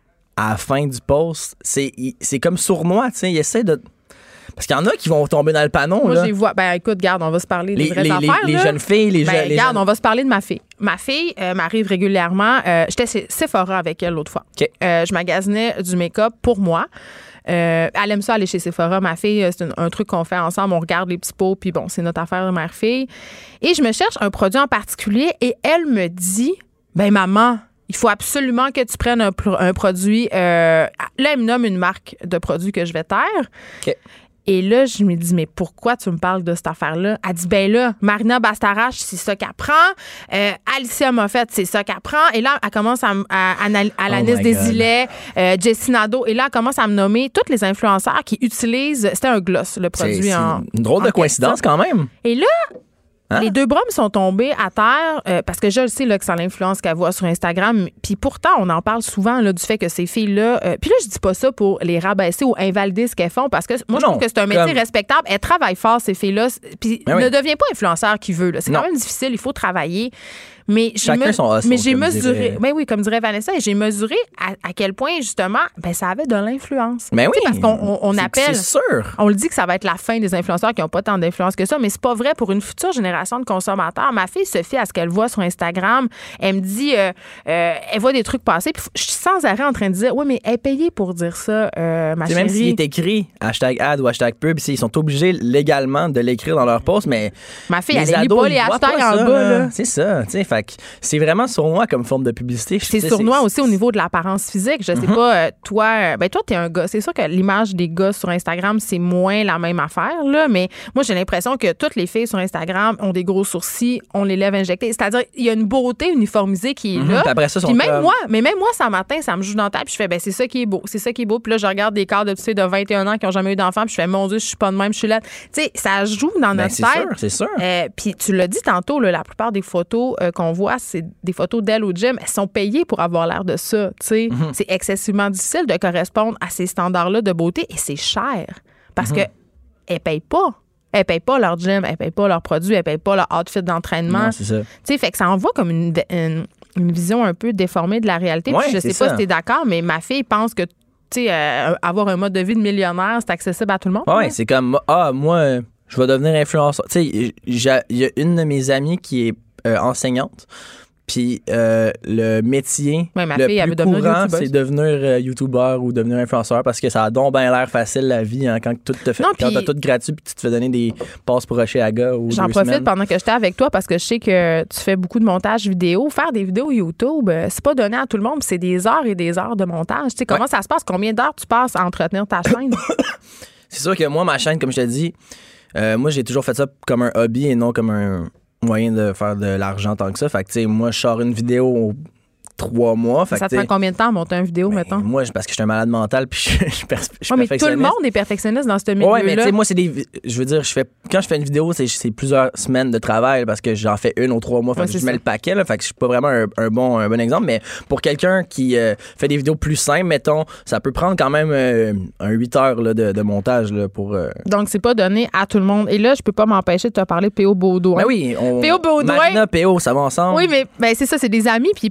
à la fin du post, c'est, c'est comme sournois, tu sais. Il essaie de... Parce qu'il y en a qui vont tomber dans le panneau. Moi, là. j'ai vois. Ben, écoute, garde, on va se parler des les, vraies les, affaires. Les, les là. jeunes filles, les ben, jeunes. Regarde, jeunes... on va se parler de ma fille. Ma fille euh, m'arrive régulièrement. Euh, j'étais chez Sephora avec elle l'autre fois. Okay. Euh, je magasinais du make-up pour moi. Euh, elle aime ça aller chez Sephora. Ma fille, c'est un, un truc qu'on fait ensemble. On regarde les petits pots, puis bon, c'est notre affaire de mère-fille. Et je me cherche un produit en particulier et elle me dit, ben maman, il faut absolument que tu prennes un, un produit. Euh, là, elle me nomme une marque de produit que je vais taire. Okay. Et là, je me dis, mais pourquoi tu me parles de cette affaire-là? Elle dit, ben là, Marina Bastarache, c'est ça qu'elle prend. Euh, Alicia Moffett, c'est ça qu'elle prend. Et là, elle commence à, à, à, à Alanis oh Desilets, euh, Jessie Nadeau. Et là, elle commence à me nommer tous les influenceurs qui utilisent... C'était un gloss, le produit c'est, c'est en... une drôle en de coïncidence question. quand même. Et là... Hein? Les deux bras me sont tombés à terre euh, parce que je le sais là, que c'est l'influence qu'elle voit sur Instagram. Puis pourtant, on en parle souvent là, du fait que ces filles-là... Euh, puis là, je dis pas ça pour les rabaisser ou invalider ce qu'elles font parce que moi, je non, trouve que c'est un métier comme... respectable. Elles travaillent fort, ces filles-là. Puis oui. ne deviens pas influenceur qui veut. Là. C'est non. quand même difficile. Il faut travailler. Mais j'ai, Chacun me, son hustle, mais j'ai mesuré, dirait... ben oui, comme dirait Vanessa, j'ai mesuré à, à quel point justement, ben ça avait de l'influence. Ben oui, parce qu'on on, on c'est, appelle, c'est sûr. On le dit que ça va être la fin des influenceurs qui n'ont pas tant d'influence que ça, mais c'est pas vrai pour une future génération de consommateurs. Ma fille se fie à ce qu'elle voit sur Instagram. Elle me dit, euh, euh, elle voit des trucs passer, puis je suis sans arrêt en train de dire, oui, mais elle est payée pour dire ça, euh, ma c'est chérie. Même s'il est écrit hashtag ad ou hashtag pub, ils sont obligés légalement de l'écrire dans leur post, mais ma fille, elle lit pas les hashtags en ça, bas. Là. C'est ça, tu sais, fait que c'est vraiment sournois comme forme de publicité. C'est sournois c'est, aussi c'est... au niveau de l'apparence physique. Je sais mm-hmm. pas, euh, toi, euh, ben toi, t'es un gars. C'est sûr que l'image des gars sur Instagram, c'est moins la même affaire, là, mais moi, j'ai l'impression que toutes les filles sur Instagram ont des gros sourcils, ont les lèvres injectées. C'est-à-dire, il y a une beauté uniformisée qui est mm-hmm. là. Puis après ça, puis même comme... moi, mais même moi, ça matin, ça me joue dans la tête, puis je fais, ben c'est ça qui est beau, c'est ça qui est beau. Puis là, je regarde des cadres de tu sais, de vingt et un ans qui ont jamais eu d'enfant, puis je fais, mon Dieu, je suis pas de même, je suis là. Tu sais, ça joue dans ben, notre c'est tête. Sûr, c'est sûr. Euh, puis tu l'as dit tantôt, là, la plupart des photos euh, qu'on voit, c'est des photos d'elle au gym. Elles sont payées pour avoir l'air de ça. Tu sais, mm-hmm. c'est excessivement difficile de correspondre à ces standards-là de beauté et c'est cher parce mm-hmm. que elles payent pas. Elles payent pas leur gym, elles payent pas leurs produits, elles payent pas leur outfit d'entraînement. Non, c'est ça. Tu sais, fait que ça envoie comme une, une, une vision un peu déformée de la réalité. Ouais, Puis je sais ça. pas si t'es d'accord, mais ma fille pense que tu sais, euh, avoir un mode de vie de millionnaire, c'est accessible à tout le monde. Oui, c'est comme ah moi, je vais devenir influenceur. Tu sais, il y a une de mes amies qui est euh, enseignante. Puis euh, le métier ouais, ma le fille, plus courant, c'est devenir euh, youtubeur ou devenir influenceur parce que ça a donc bien l'air facile la vie hein, quand tout te fait, non, quand pis, t'as tout gratuit puis tu te fais donner des passes pour Rocher à gars ou j'en deux profite semaines. Pendant que j'étais avec toi parce que je sais que tu fais beaucoup de montage vidéo. Faire des vidéos YouTube, c'est pas donné à tout le monde. C'est des heures et des heures de montage. Tu sais comment ouais. ça se passe? Combien d'heures tu passes à entretenir ta chaîne? C'est sûr que moi, ma chaîne, comme je te dis, euh, moi j'ai toujours fait ça comme un hobby et non comme un moyen de faire de l'argent tant que ça. Fait que, tu sais, moi, je sors une vidéo trois mois. Fait ça que, te prend combien de temps à monter une vidéo, ben, mettons? Moi, parce que je suis un malade mental puis je, je, je, je suis ouais, mais perfectionniste. tout le monde est perfectionniste dans ce milieu-là. Oui, mais tu sais, moi, c'est des... Je veux dire, je fais quand je fais une vidéo, c'est, c'est plusieurs semaines de travail parce que j'en fais une ou trois mois. Fait ouais, que je ça. mets le paquet, là. Fait que je suis pas vraiment un, un, bon, un bon exemple. Mais pour quelqu'un qui euh, fait des vidéos plus simples, mettons, ça peut prendre quand même euh, un huit heures là, de, de montage là, pour... Euh... Donc, c'est pas donné à tout le monde. Et là, je peux pas m'empêcher de te parler de P O Baudouin. Ben oui. On... P O Baudouin. Marina, P O, ça va ensemble. Oui, mais ben, c'est ça, c'est des amis. Puis P O qui a fait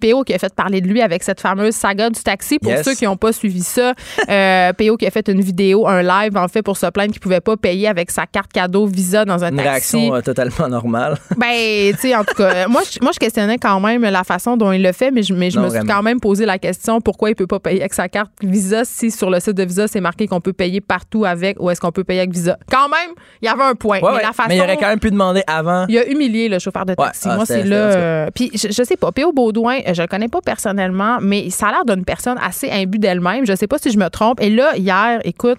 te parler de lui avec cette fameuse saga du taxi. Pour Yes. ceux qui n'ont pas suivi ça, euh, P O qui a fait une vidéo, un live, en fait, pour se plaindre qu'il pouvait pas payer avec sa carte cadeau Visa dans un Une taxi. réaction euh, totalement normale. Ben, tu sais, en tout cas, moi, je, moi, je questionnais quand même la façon dont il le fait, mais je, mais je Non, me suis vraiment. quand même posé la question pourquoi il peut pas payer avec sa carte Visa si sur le site de Visa, c'est marqué qu'on peut payer partout avec ou est-ce qu'on peut payer avec Visa. Quand même, il y avait un point. Ouais, mais ouais. la façon. Mais il aurait quand même pu demander avant. Il a humilié le chauffeur de taxi. Ouais, ah, Moi, c'était- c'est c'était- là. c'était- euh, Puis, je, je sais pas. P O Baudouin, je le connais pas personnellement, mais ça a l'air d'une personne assez imbue d'elle-même. Je sais pas si je me trompe. Et là, hier, écoute,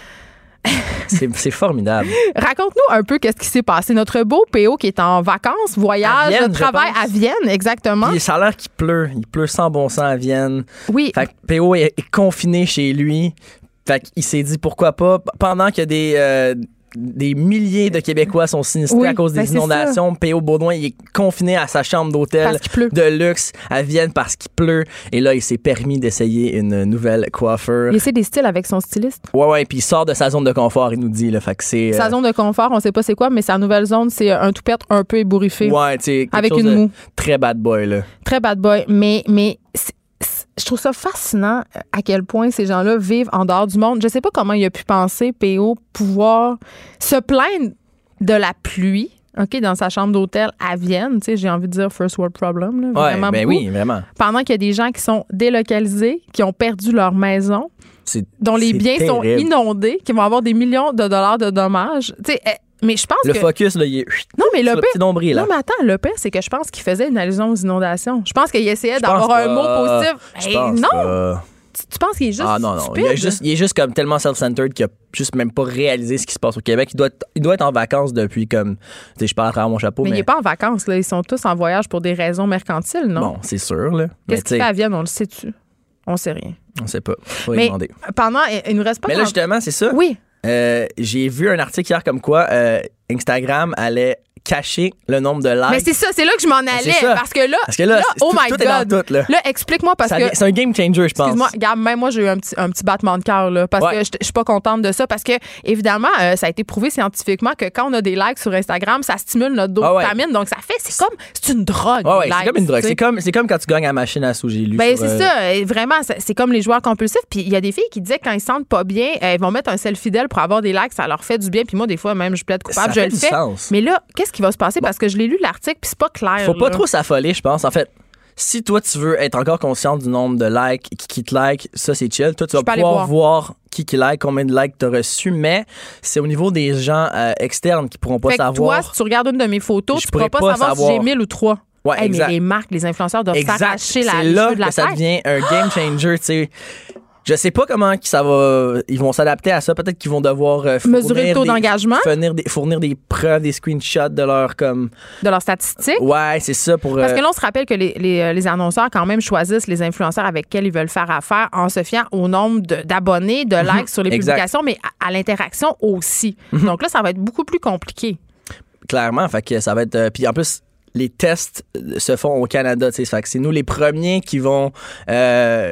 C'est, c'est formidable. raconte-nous un peu qu'est-ce qui s'est passé. Notre beau P O qui est en vacances, voyage, À Vienne, je travail pense. à Vienne, exactement. Puis ça a l'air qu'il pleut. Il pleut sans bon sens à Vienne. Oui. Fait que P O est, est confiné chez lui. Fait qu'il s'est dit pourquoi pas, pendant qu'il y a des, euh, des milliers de Québécois sont sinistrés Oui, à cause ben des c'est inondations, P O Baudouin, il est confiné à sa chambre d'hôtel Parce qu'il pleut. de luxe à Vienne parce qu'il pleut. Et là, il s'est permis d'essayer une nouvelle coiffure. Il essaie des styles avec son styliste. Ouais, ouais, puis il sort de sa zone de confort, il nous dit. Là, fait que c'est. Sa euh, zone de confort, on sait pas c'est quoi, mais sa nouvelle zone, c'est un toupette un peu ébouriffé. Ouais, tu sais. quelque Avec chose une de moue. Très bad boy, là. Très bad boy. Mais, mais c'est- c'est- je trouve ça fascinant à quel point ces gens-là vivent en dehors du monde. Je sais pas comment il a pu penser, P O, pouvoir se plaindre de la pluie, OK, dans sa chambre d'hôtel à Vienne. Tu sais, j'ai envie de dire first world problem, là, Ouais, vraiment ben beaucoup. oui, vraiment. Pendant qu'il y a des gens qui sont délocalisés, qui ont perdu leur maison, C'est, dont les c'est biens sont terrible. inondés, qui vont avoir des millions de dollars de dommages. Tu sais, eh, mais je pense Le que... focus, là, il est. Non, mais le sur le pire- petit nombril, là. Non, mais attends, le pire, c'est que je pense qu'il faisait une allusion aux inondations. Je pense qu'il essayait Je pense d'avoir un pas. mot positif. Je Hey, pense non! pas. Tu, tu penses qu'il est juste Ah non, non. stupide? Il est, juste, il est juste comme tellement self-centered qu'il a juste même pas réalisé ce qui se passe au Québec. Il doit être, il doit être en vacances depuis comme. Tu sais, je parle à travers mon chapeau, mais, mais. il n'est pas en vacances, là. Ils sont tous en voyage pour des raisons mercantiles, non? Bon, c'est sûr, là. Mais Qu'est-ce tu qu'il sais, fait à Vienne? On le sait-tu? On sait rien. on sait pas. Faut lui Mais demander. pendant... Il nous reste pas... Mais là, grand- justement, c'est ça. Oui. Euh, j'ai vu un article hier comme quoi euh, Instagram allait cacher le nombre de likes. Mais c'est ça, c'est là que je m'en allais. c'est ça. Parce que là, Parce que là, c'est- oh tout- my tout est dans God. tout, là. Là, explique-moi parce Ça que... vient- c'est un game changer, je pense. Excuse-moi, regarde, même moi, j'ai eu un petit, un petit battement de cœur, là, parce Ouais. que je je suis pas contente de ça. Parce que, évidemment, euh, ça a été prouvé scientifiquement que quand on a des likes sur Instagram, ça stimule notre Ah ouais. dopamine. Donc, ça fait, c'est comme, c'est une drogue. Ouais, ouais, les c'est likes, comme une drogue. tu sais. C'est comme, c'est comme quand tu gagnes à la machine à sous, j'ai lu. Ben, sur, c'est euh, ça. Et vraiment, c'est c'est comme les joueurs compulsifs. Puis il y a des filles qui disaient que quand ils se sentent pas bien, euh, ils vont mettre un selfie d'elles pour avoir des likes. Ça leur fait du bien. Puis moi, des fois, même, je plaide coupable, Ça je fait le du fais. sens. Mais là, qu'est-ce qui va se passer? Parce que je l'ai lu l'article, puis c'est pas clair. Faut pas là. trop s'affoler, je pense. En fait, si toi, tu veux être encore conscient du nombre de likes, qui, qui te like, ça, c'est chill. Toi, tu Je vas peux aller pouvoir voir qui qui like, combien de likes t'as reçu, mais c'est au niveau des gens euh, externes qui pourront pas Fait que savoir. toi, si tu regardes une de mes photos, Je tu pourras pas, pourrais pas savoir, si savoir. j'ai mille ou trois. Ouais, Hey, mais exact. les marques, les influenceurs doivent Exact. s'arracher la C'est les là cheveux de la que ça tête. devient un game changer, tu sais. Je sais pas comment que ça va. Ils vont s'adapter à ça. Peut-être qu'ils vont devoir euh, fournir Mesurer le taux des- d'engagement. Fournir des, fournir des preuves, des screenshots de leur comme. De leurs statistiques. Ouais, c'est ça pour. Parce euh, que là, on se rappelle que les, les, les annonceurs, quand même, choisissent les influenceurs avec lesquels ils veulent faire affaire en se fiant au nombre de- d'abonnés, de likes sur les Exact. publications, mais à, à l'interaction aussi. Donc là, ça va être beaucoup plus compliqué. Clairement, fait que ça va être. euh, Puis en plus, les tests euh, se font au Canada, tu sais. Fait que c'est nous les premiers qui vont euh,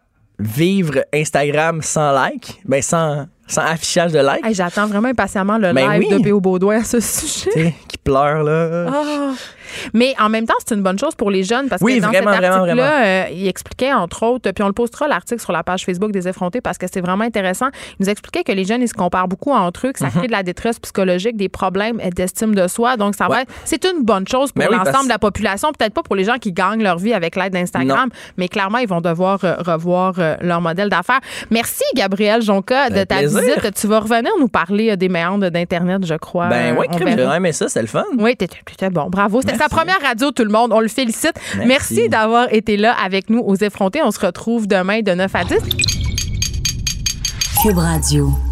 vivre Instagram sans like, ben sans, sans affichage de like. Hey, j'attends vraiment impatiemment le Ben live oui. de P O Baudouin à ce sujet. Tu sais, qui pleure, là. Ah. Mais en même temps, c'est une bonne chose pour les jeunes parce Oui, que dans vraiment, cet vraiment, article-là, euh, il expliquait, entre autres, puis on le postera l'article sur la page Facebook des effrontés parce que c'est vraiment intéressant. Il nous expliquait que les jeunes, ils se comparent beaucoup entre eux, que ça crée de la détresse psychologique, des problèmes d'estime de soi. Donc, ça va Ouais. être, c'est une bonne chose pour Ben oui, l'ensemble parce- de la population. Peut-être pas pour les gens qui gagnent leur vie avec l'aide d'Instagram, mais clairement, ils vont devoir euh, revoir euh, leur modèle d'affaires. Merci, Gabriel Jonca, de fait ta plaisir. visite. Tu vas revenir nous parler euh, des méandres d'Internet, je crois. Ben ouais, On crime, j'ai verra. aimé ça, c'est le fun. Oui, t'étais, t'étais bon. Bravo. C'était sa Merci. première radio, tout le monde. On le félicite. Merci, Merci d'avoir été là avec nous aux effrontés. On se retrouve demain de neuf à dix. Cube Radio.